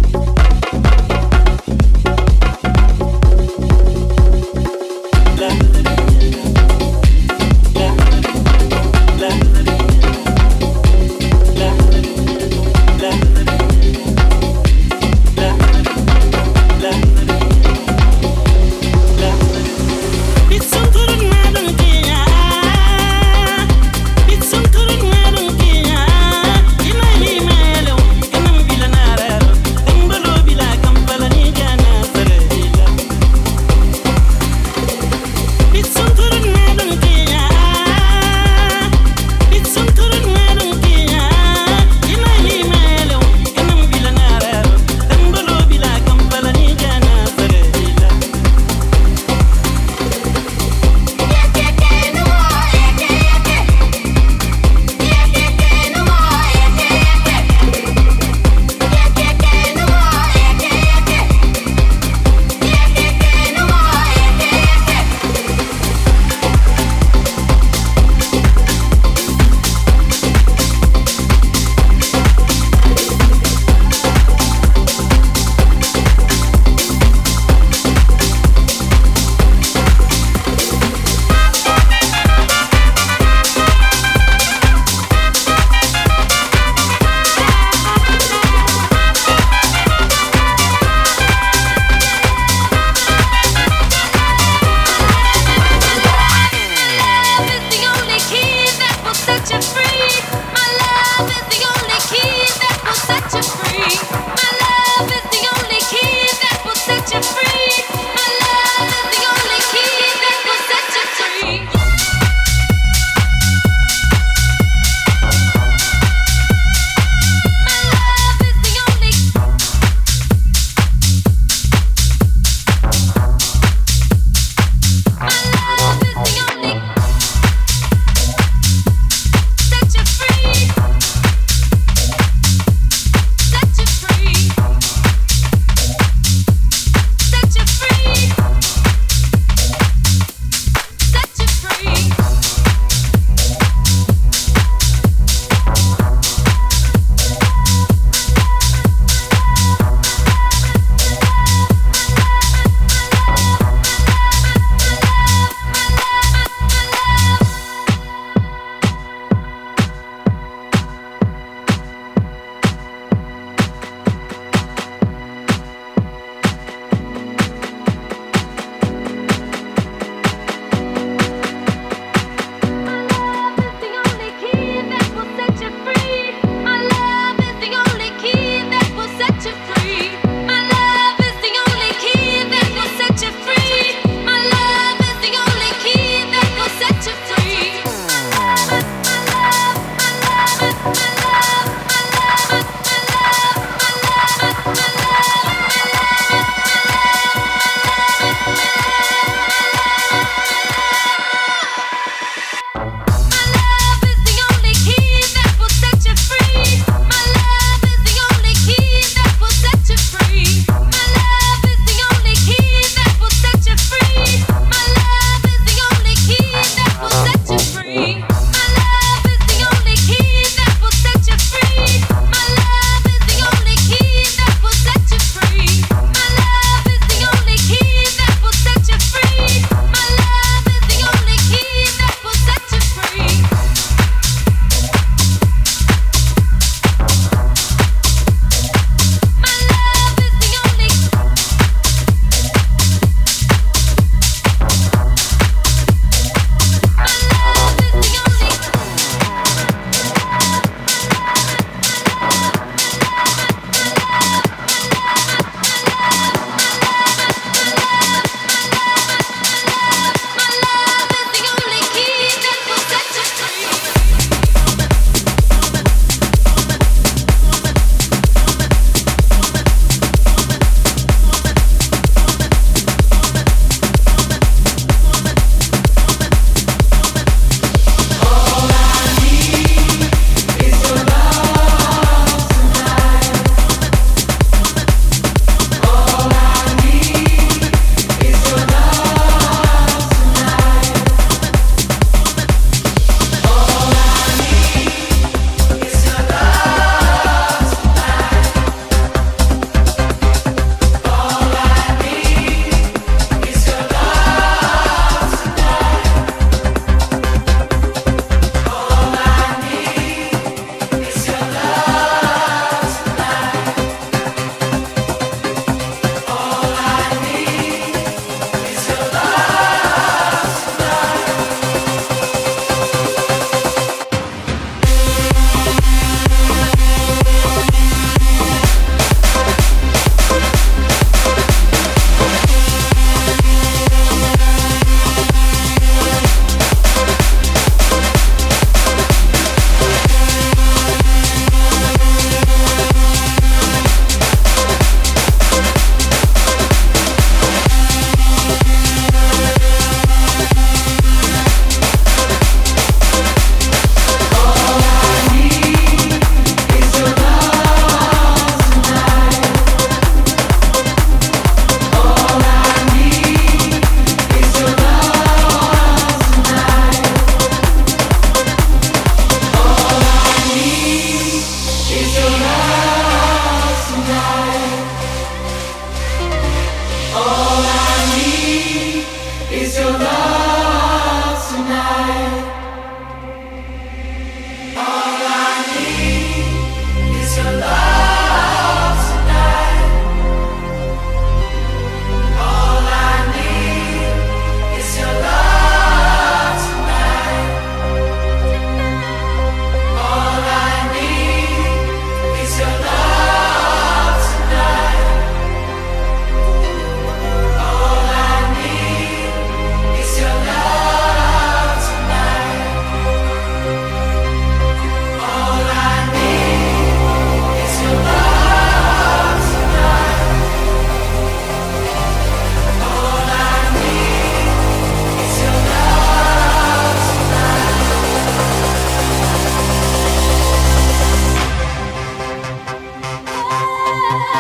Love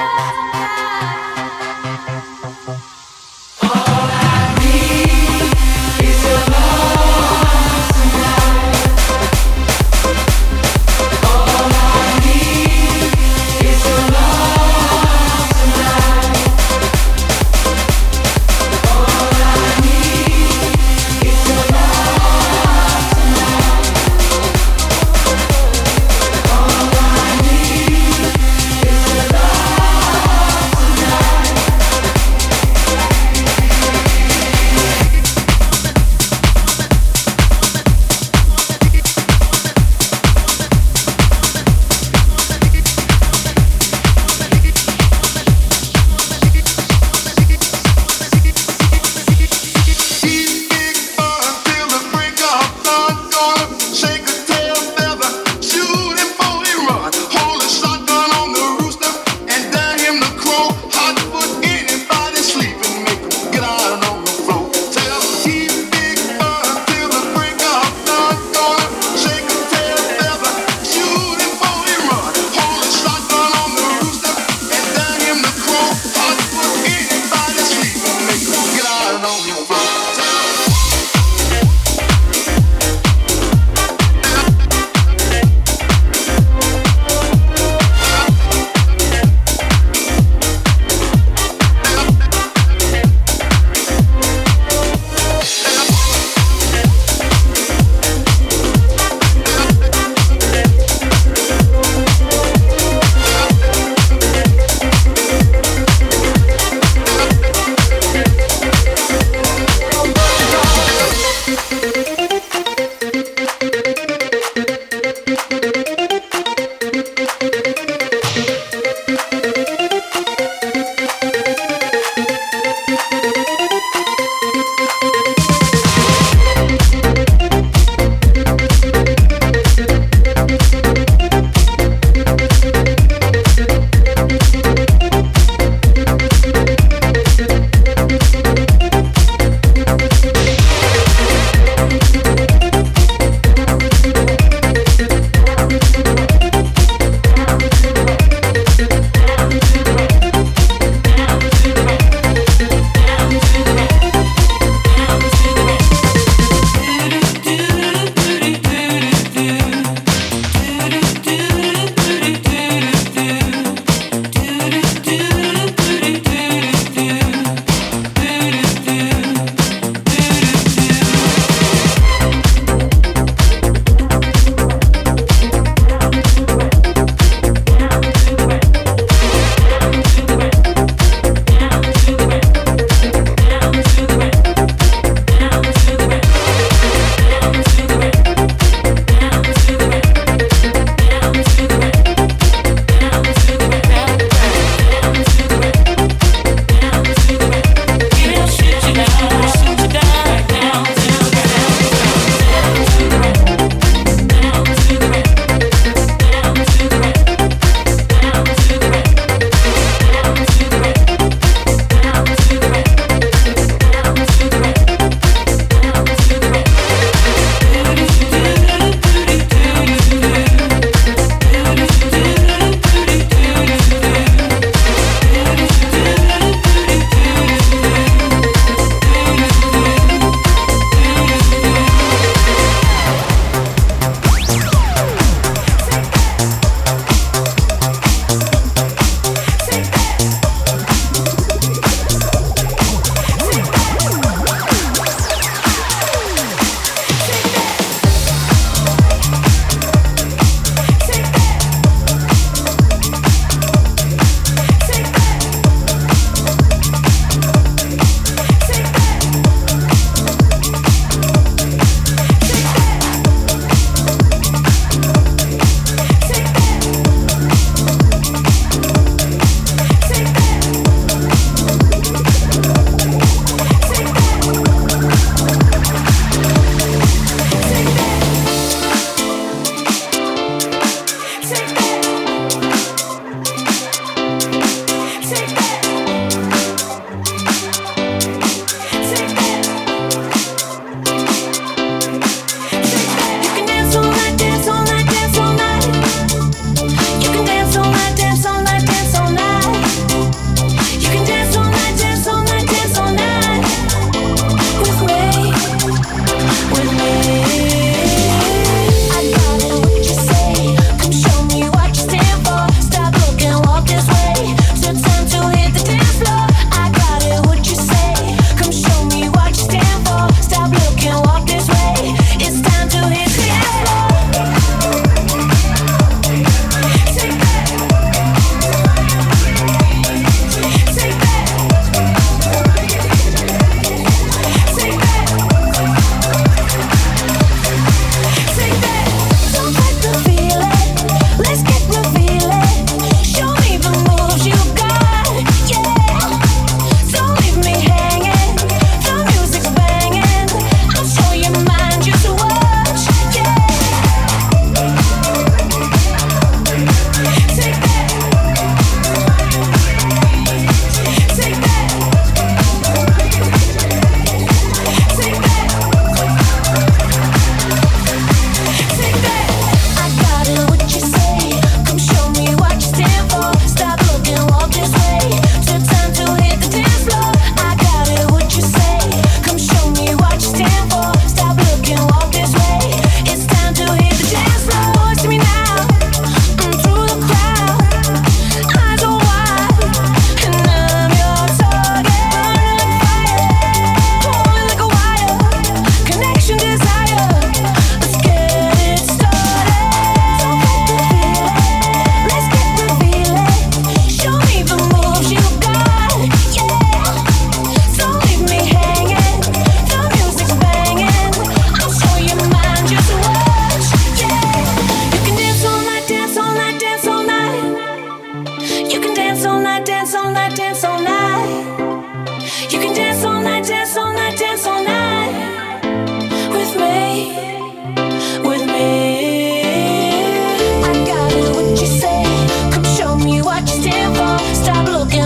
All I need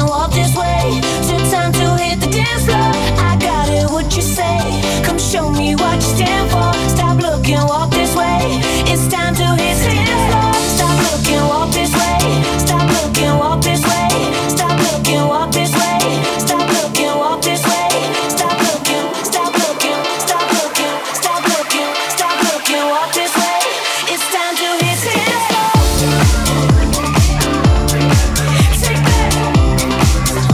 walk this way. It's time to hit the dance floor. I got it, what you say? Come show me what you stand for. Stop looking, walk this way. It's time to hit the dance floor. Stop looking, walk this way. Stop looking, walk this way. Stop looking, walk this way. Stop looking, walk this way. Stop looking, stop looking, stop looking, stop looking, stop looking, walk this way. It's time to hit the dance floor. Take that.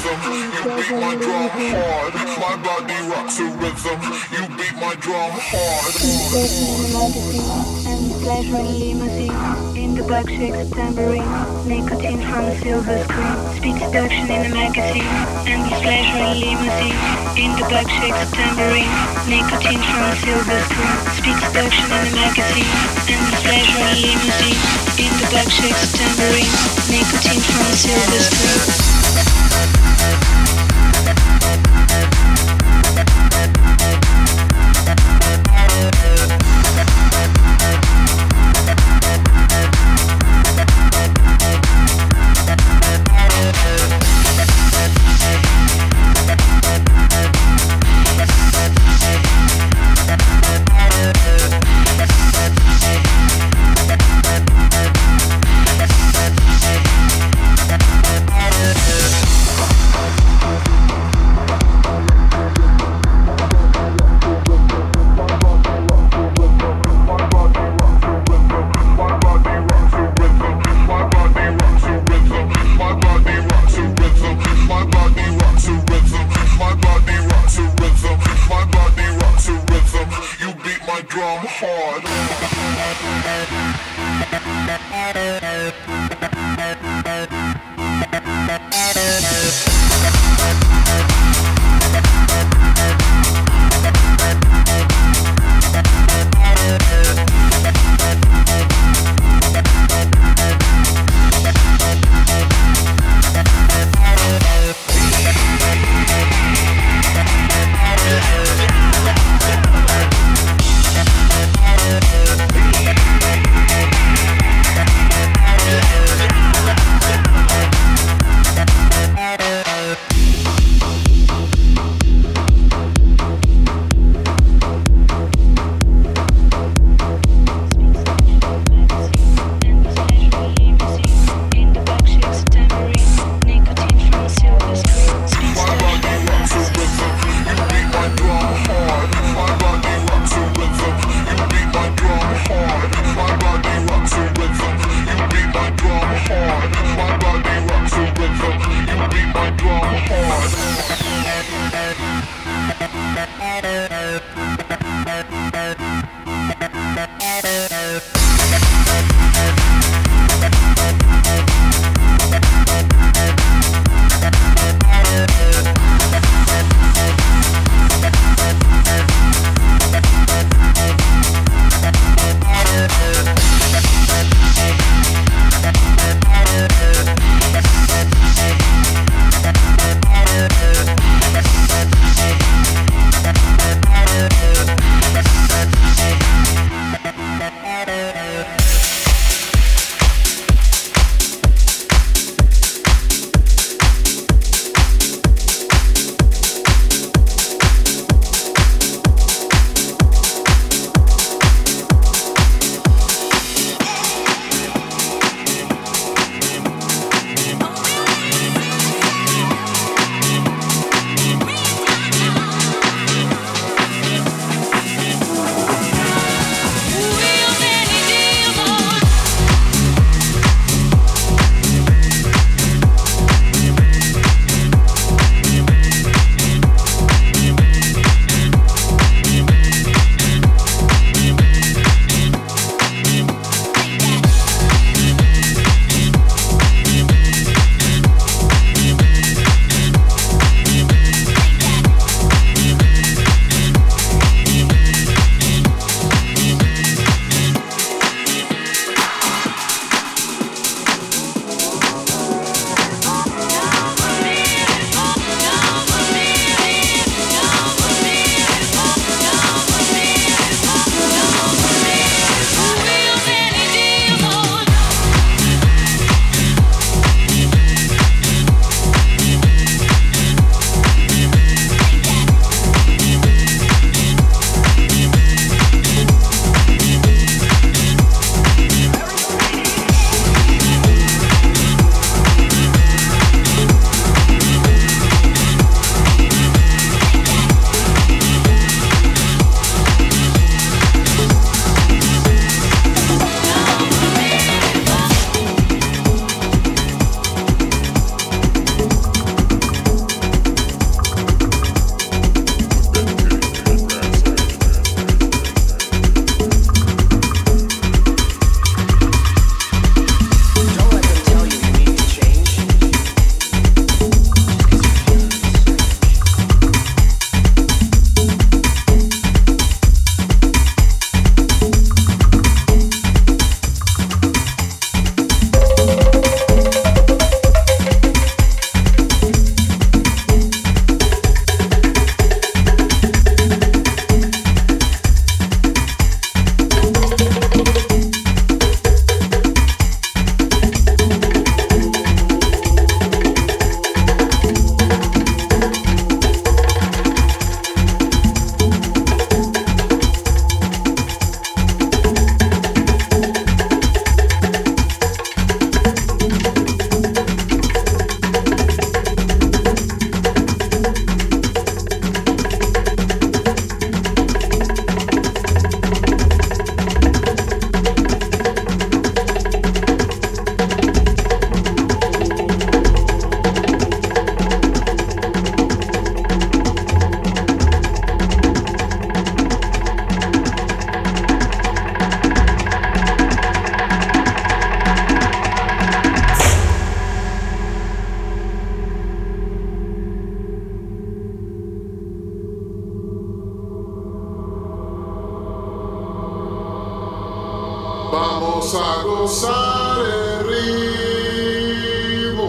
rhythm. You beat my drum hard. My body rocks a rhythm. You beat my drum hard. And pleasure in limousine. In the black shakes tambourine. Nicotine from a silver screen. Speed seduction in a magazine. And pleasure in limousine. In the black shakes tambourine. Nicotine from a silver screen. Speed seduction in a magazine. And pleasure in limousine. In the black shakes tambourine. Nicotine from a silver screen. We'll be right back. sa gozare il ritmo.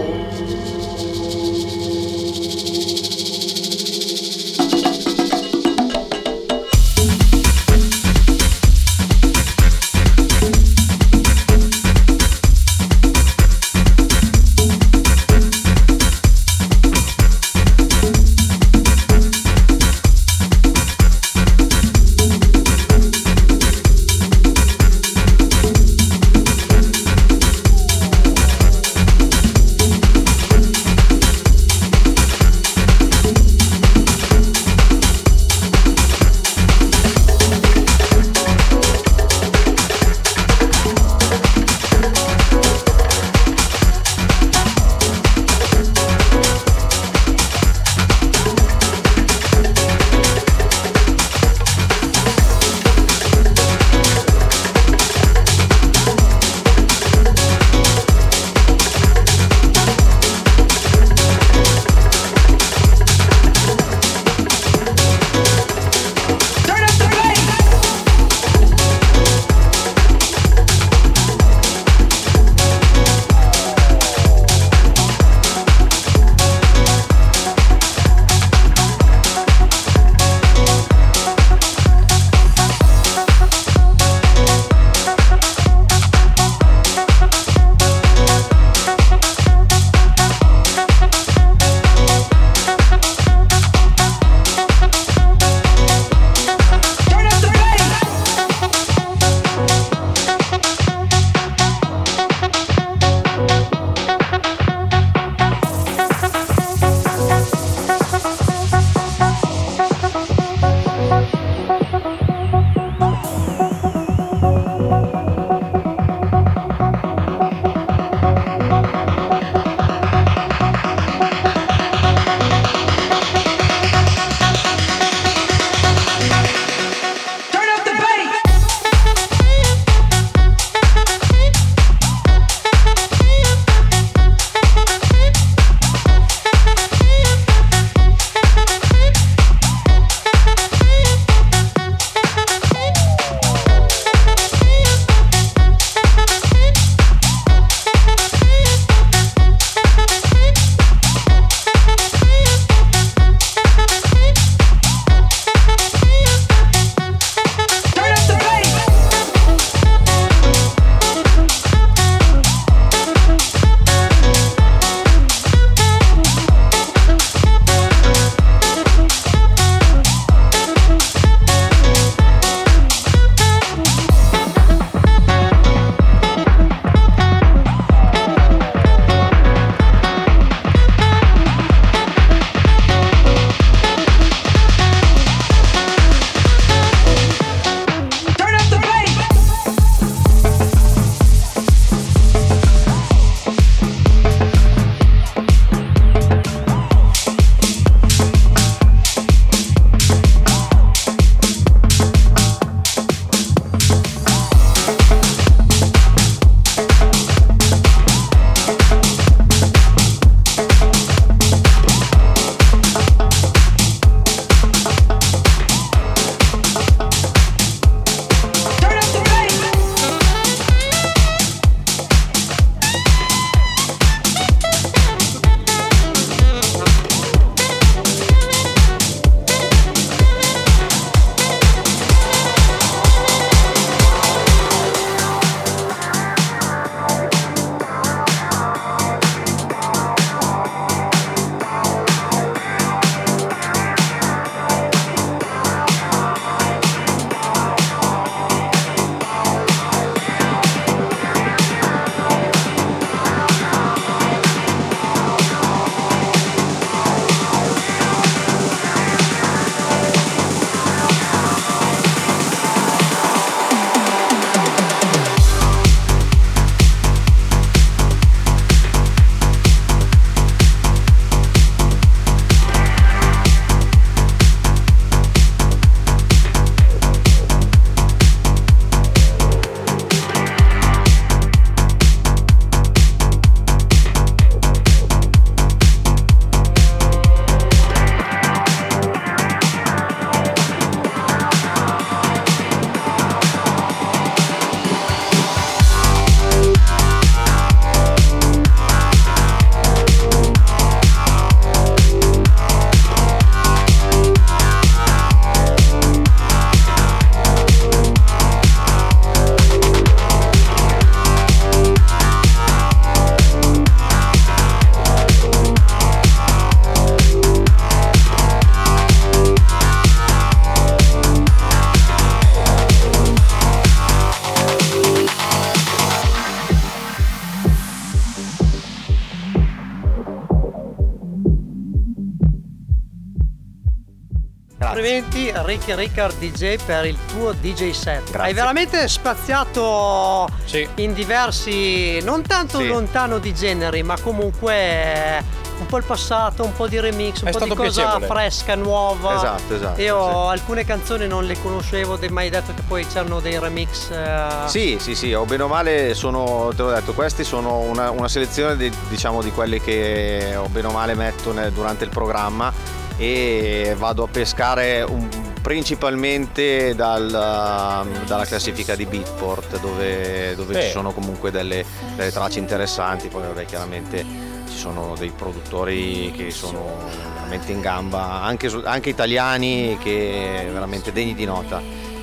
Complimenti Ricky Ricard D J per il tuo D J set. Grazie. Hai veramente spaziato Sì. in diversi, non tanto Sì. lontano di generi, ma comunque un po' il passato, un po' di remix, un È po' di stato cosa piacevole. fresca, nuova. Esatto, esatto, Io sì. alcune canzoni non le conoscevo, ed mai detto che poi c'erano dei remix. eh, Sì, sì, sì, o bene o male sono, te l'ho detto, questi sono una, una selezione di, diciamo di quelli che o bene o male metto nel- durante il programma e vado a pescare un- principalmente dal, dalla classifica di Beatport dove, dove Sì. ci sono comunque delle, delle tracce interessanti, poi vabbè chiaramente ci sono dei produttori che sono veramente in gamba, anche, su- anche italiani, che veramente degni di nota.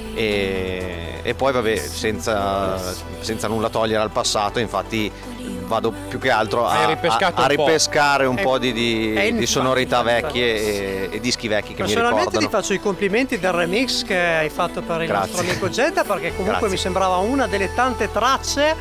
E, e poi vabbè, senza, senza nulla togliere al passato, infatti vado più che altro Hai a, ripescato a- a un po'. ripescare un È- po' di, di- è di infatti, sonorità infatti. vecchie e, e dischi vecchi che mi Personalmente ti ricordano. faccio i complimenti del remix che hai fatto per il Grazie. nostro amico Getta, perché comunque Grazie. mi sembrava una delle tante tracce,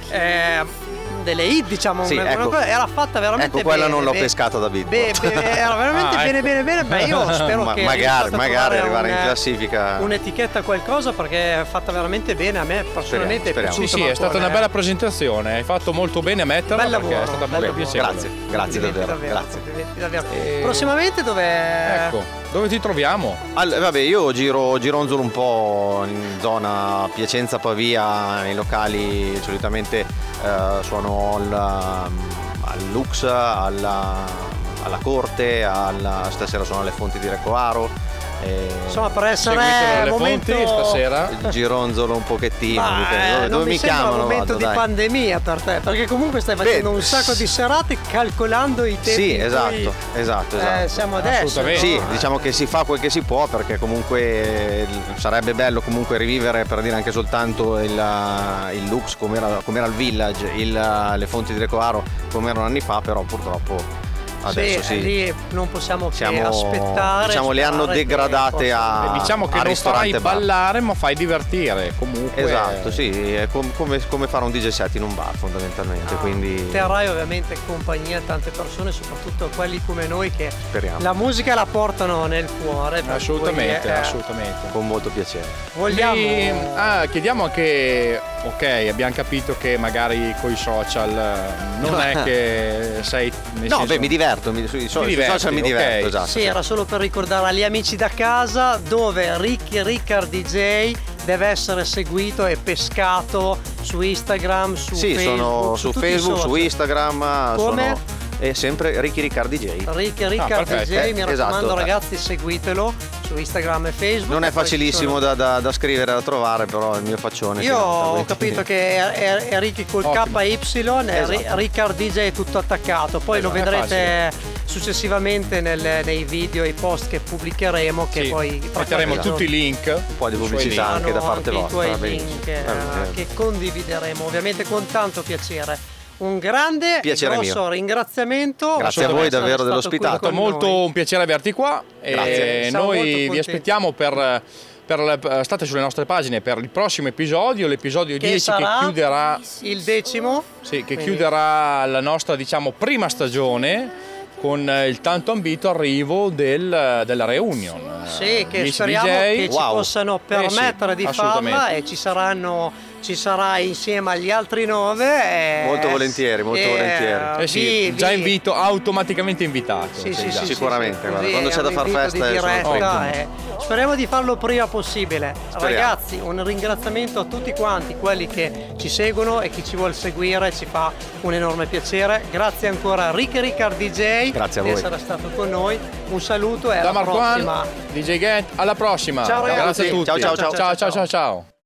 eh, delle hit, diciamo, Sì, una- ecco. era fatta veramente Ecco, quella bene, non l'ho be- pescata da Beatport. be- be- era veramente Ah, bene ecco. bene bene beh, io spero Ma- che magari- riusciate a magari trovare arrivare in un- classifica. un'etichetta, qualcosa, perché è fatta veramente bene. A me personalmente speriamo. è Sì, piaciuto. sì, è stata Marcone. una bella presentazione, hai fatto molto bene a metterla Bel perché lavoro, è stata bel molto lavoro. piacevole. Grazie, grazie Complimenti davvero, grazie. complimenti davvero. E- Prossimamente dove? Ecco, dove ti troviamo? All- vabbè, io giro gironzolo un po' in zona Piacenza Pavia, nei locali solitamente eh, suono al, al Lux, alla, alla Corte, alla, stasera sono alle Fonti di Recoaro. e Insomma, per essere Seguitelo alle momento fonti stasera. gironzolo un pochettino. Ma, dipende. eh, dove non dove mi mi sembra chiamano? un momento vado, di dai. pandemia per te, perché comunque stai facendo Beh, un sacco di serate calcolando i tempi. Sì, in cui, esatto, esatto, esatto. eh, siamo adesso. Assolutamente. Sì, no? diciamo che si fa quel che si può, perché comunque eh, sarebbe bello comunque rivivere, per dire anche soltanto il, il Lux come era, come era il Village, il, le Fonti di Recoaro come erano anni fa, però purtroppo adesso sì, sì, lì non possiamo che siamo, aspettare. diciamo le hanno sperare che degradate possa- a Diciamo che a non ristorante farai bar. ballare ma fai divertire comunque. Esatto, sì, è com- come, come fare un D J set in un bar fondamentalmente, Ah, quindi terrai ovviamente compagnia a tante persone, soprattutto quelli come noi che speriamo, la musica la portano nel cuore. per Assolutamente, cui, eh, assolutamente. con molto piacere. Vogliamo. Lì- ah, chiediamo anche, ok, abbiamo capito che magari coi social eh, non è che sei nel No, senso- beh, mi diverto, mi, sui, sui diverti, social mi ok. diverto, esatto. Sì, era solo per ricordare agli amici da casa dove Ricky Ricard D J deve essere seguito e pescato su Instagram, su Sì, Facebook, sono su tutti i Facebook, su social. Instagram, Come? sono e sempre Ricky Ricard D J. Ricky Ricard D perfetto. J, mi Eh, raccomando esatto. ragazzi, seguitelo su Instagram e Facebook. Non è E poi ci facilissimo sono- da, da- da scrivere, da trovare, però il mio faccione. si Io nota, ho quindi- capito che è, è- è Ricky col Ottimo. K Y, è Ri- Esatto. Ricard D J tutto attaccato, poi lo Esatto, è vedrete successivamente nel- nei video e i post che pubblicheremo, che Sì, poi tra metteremo qualche tutti i link. Un po' di i suoi pubblicità link. anche da saranno parte anche vostra. i va tuoi benissimo. link eh, Va bene. che condivideremo ovviamente con tanto piacere. Un grande Piacere e grosso mio. ringraziamento. Grazie a per voi essere davvero stato dell'ospitata. qui È con stato molto noi. un piacere averti qua. Grazie. E Siamo molto noi vi contenti. aspettiamo per, per la- state sulle nostre pagine per il prossimo episodio, l'episodio Che dieci sarà che chiuderà, il decimo. sì, che Quindi- chiuderà la nostra diciamo prima stagione con eh, il tanto ambito arrivo del, della reunion. Sì, che Miss speriamo D J. che ci Wow. possano Eh sì, permettere di assolutamente. farla, e ci saranno ci sarà insieme agli altri nove. e- Molto volentieri, molto e, volentieri. Eh sì, vi- già vi- invito automaticamente invitato. Sì, sì, sì, Sicuramente, sì, guarda, così quando è c'è da un far invito festa, di sono diretta, pronto. e speriamo di farlo il prima possibile. Speriamo. Ragazzi, un ringraziamento a tutti quanti quelli che ci seguono e chi ci vuole seguire, ci fa un enorme piacere. Grazie ancora a Ricky Ricard D J Grazie a di voi. essere stato con noi. Un saluto e Da alla Marco Juan, prossima. D J Get, alla prossima. Ciao, ragazzi. Grazie a tutti. Ciao, ciao, ciao. ciao, ciao, ciao. ciao.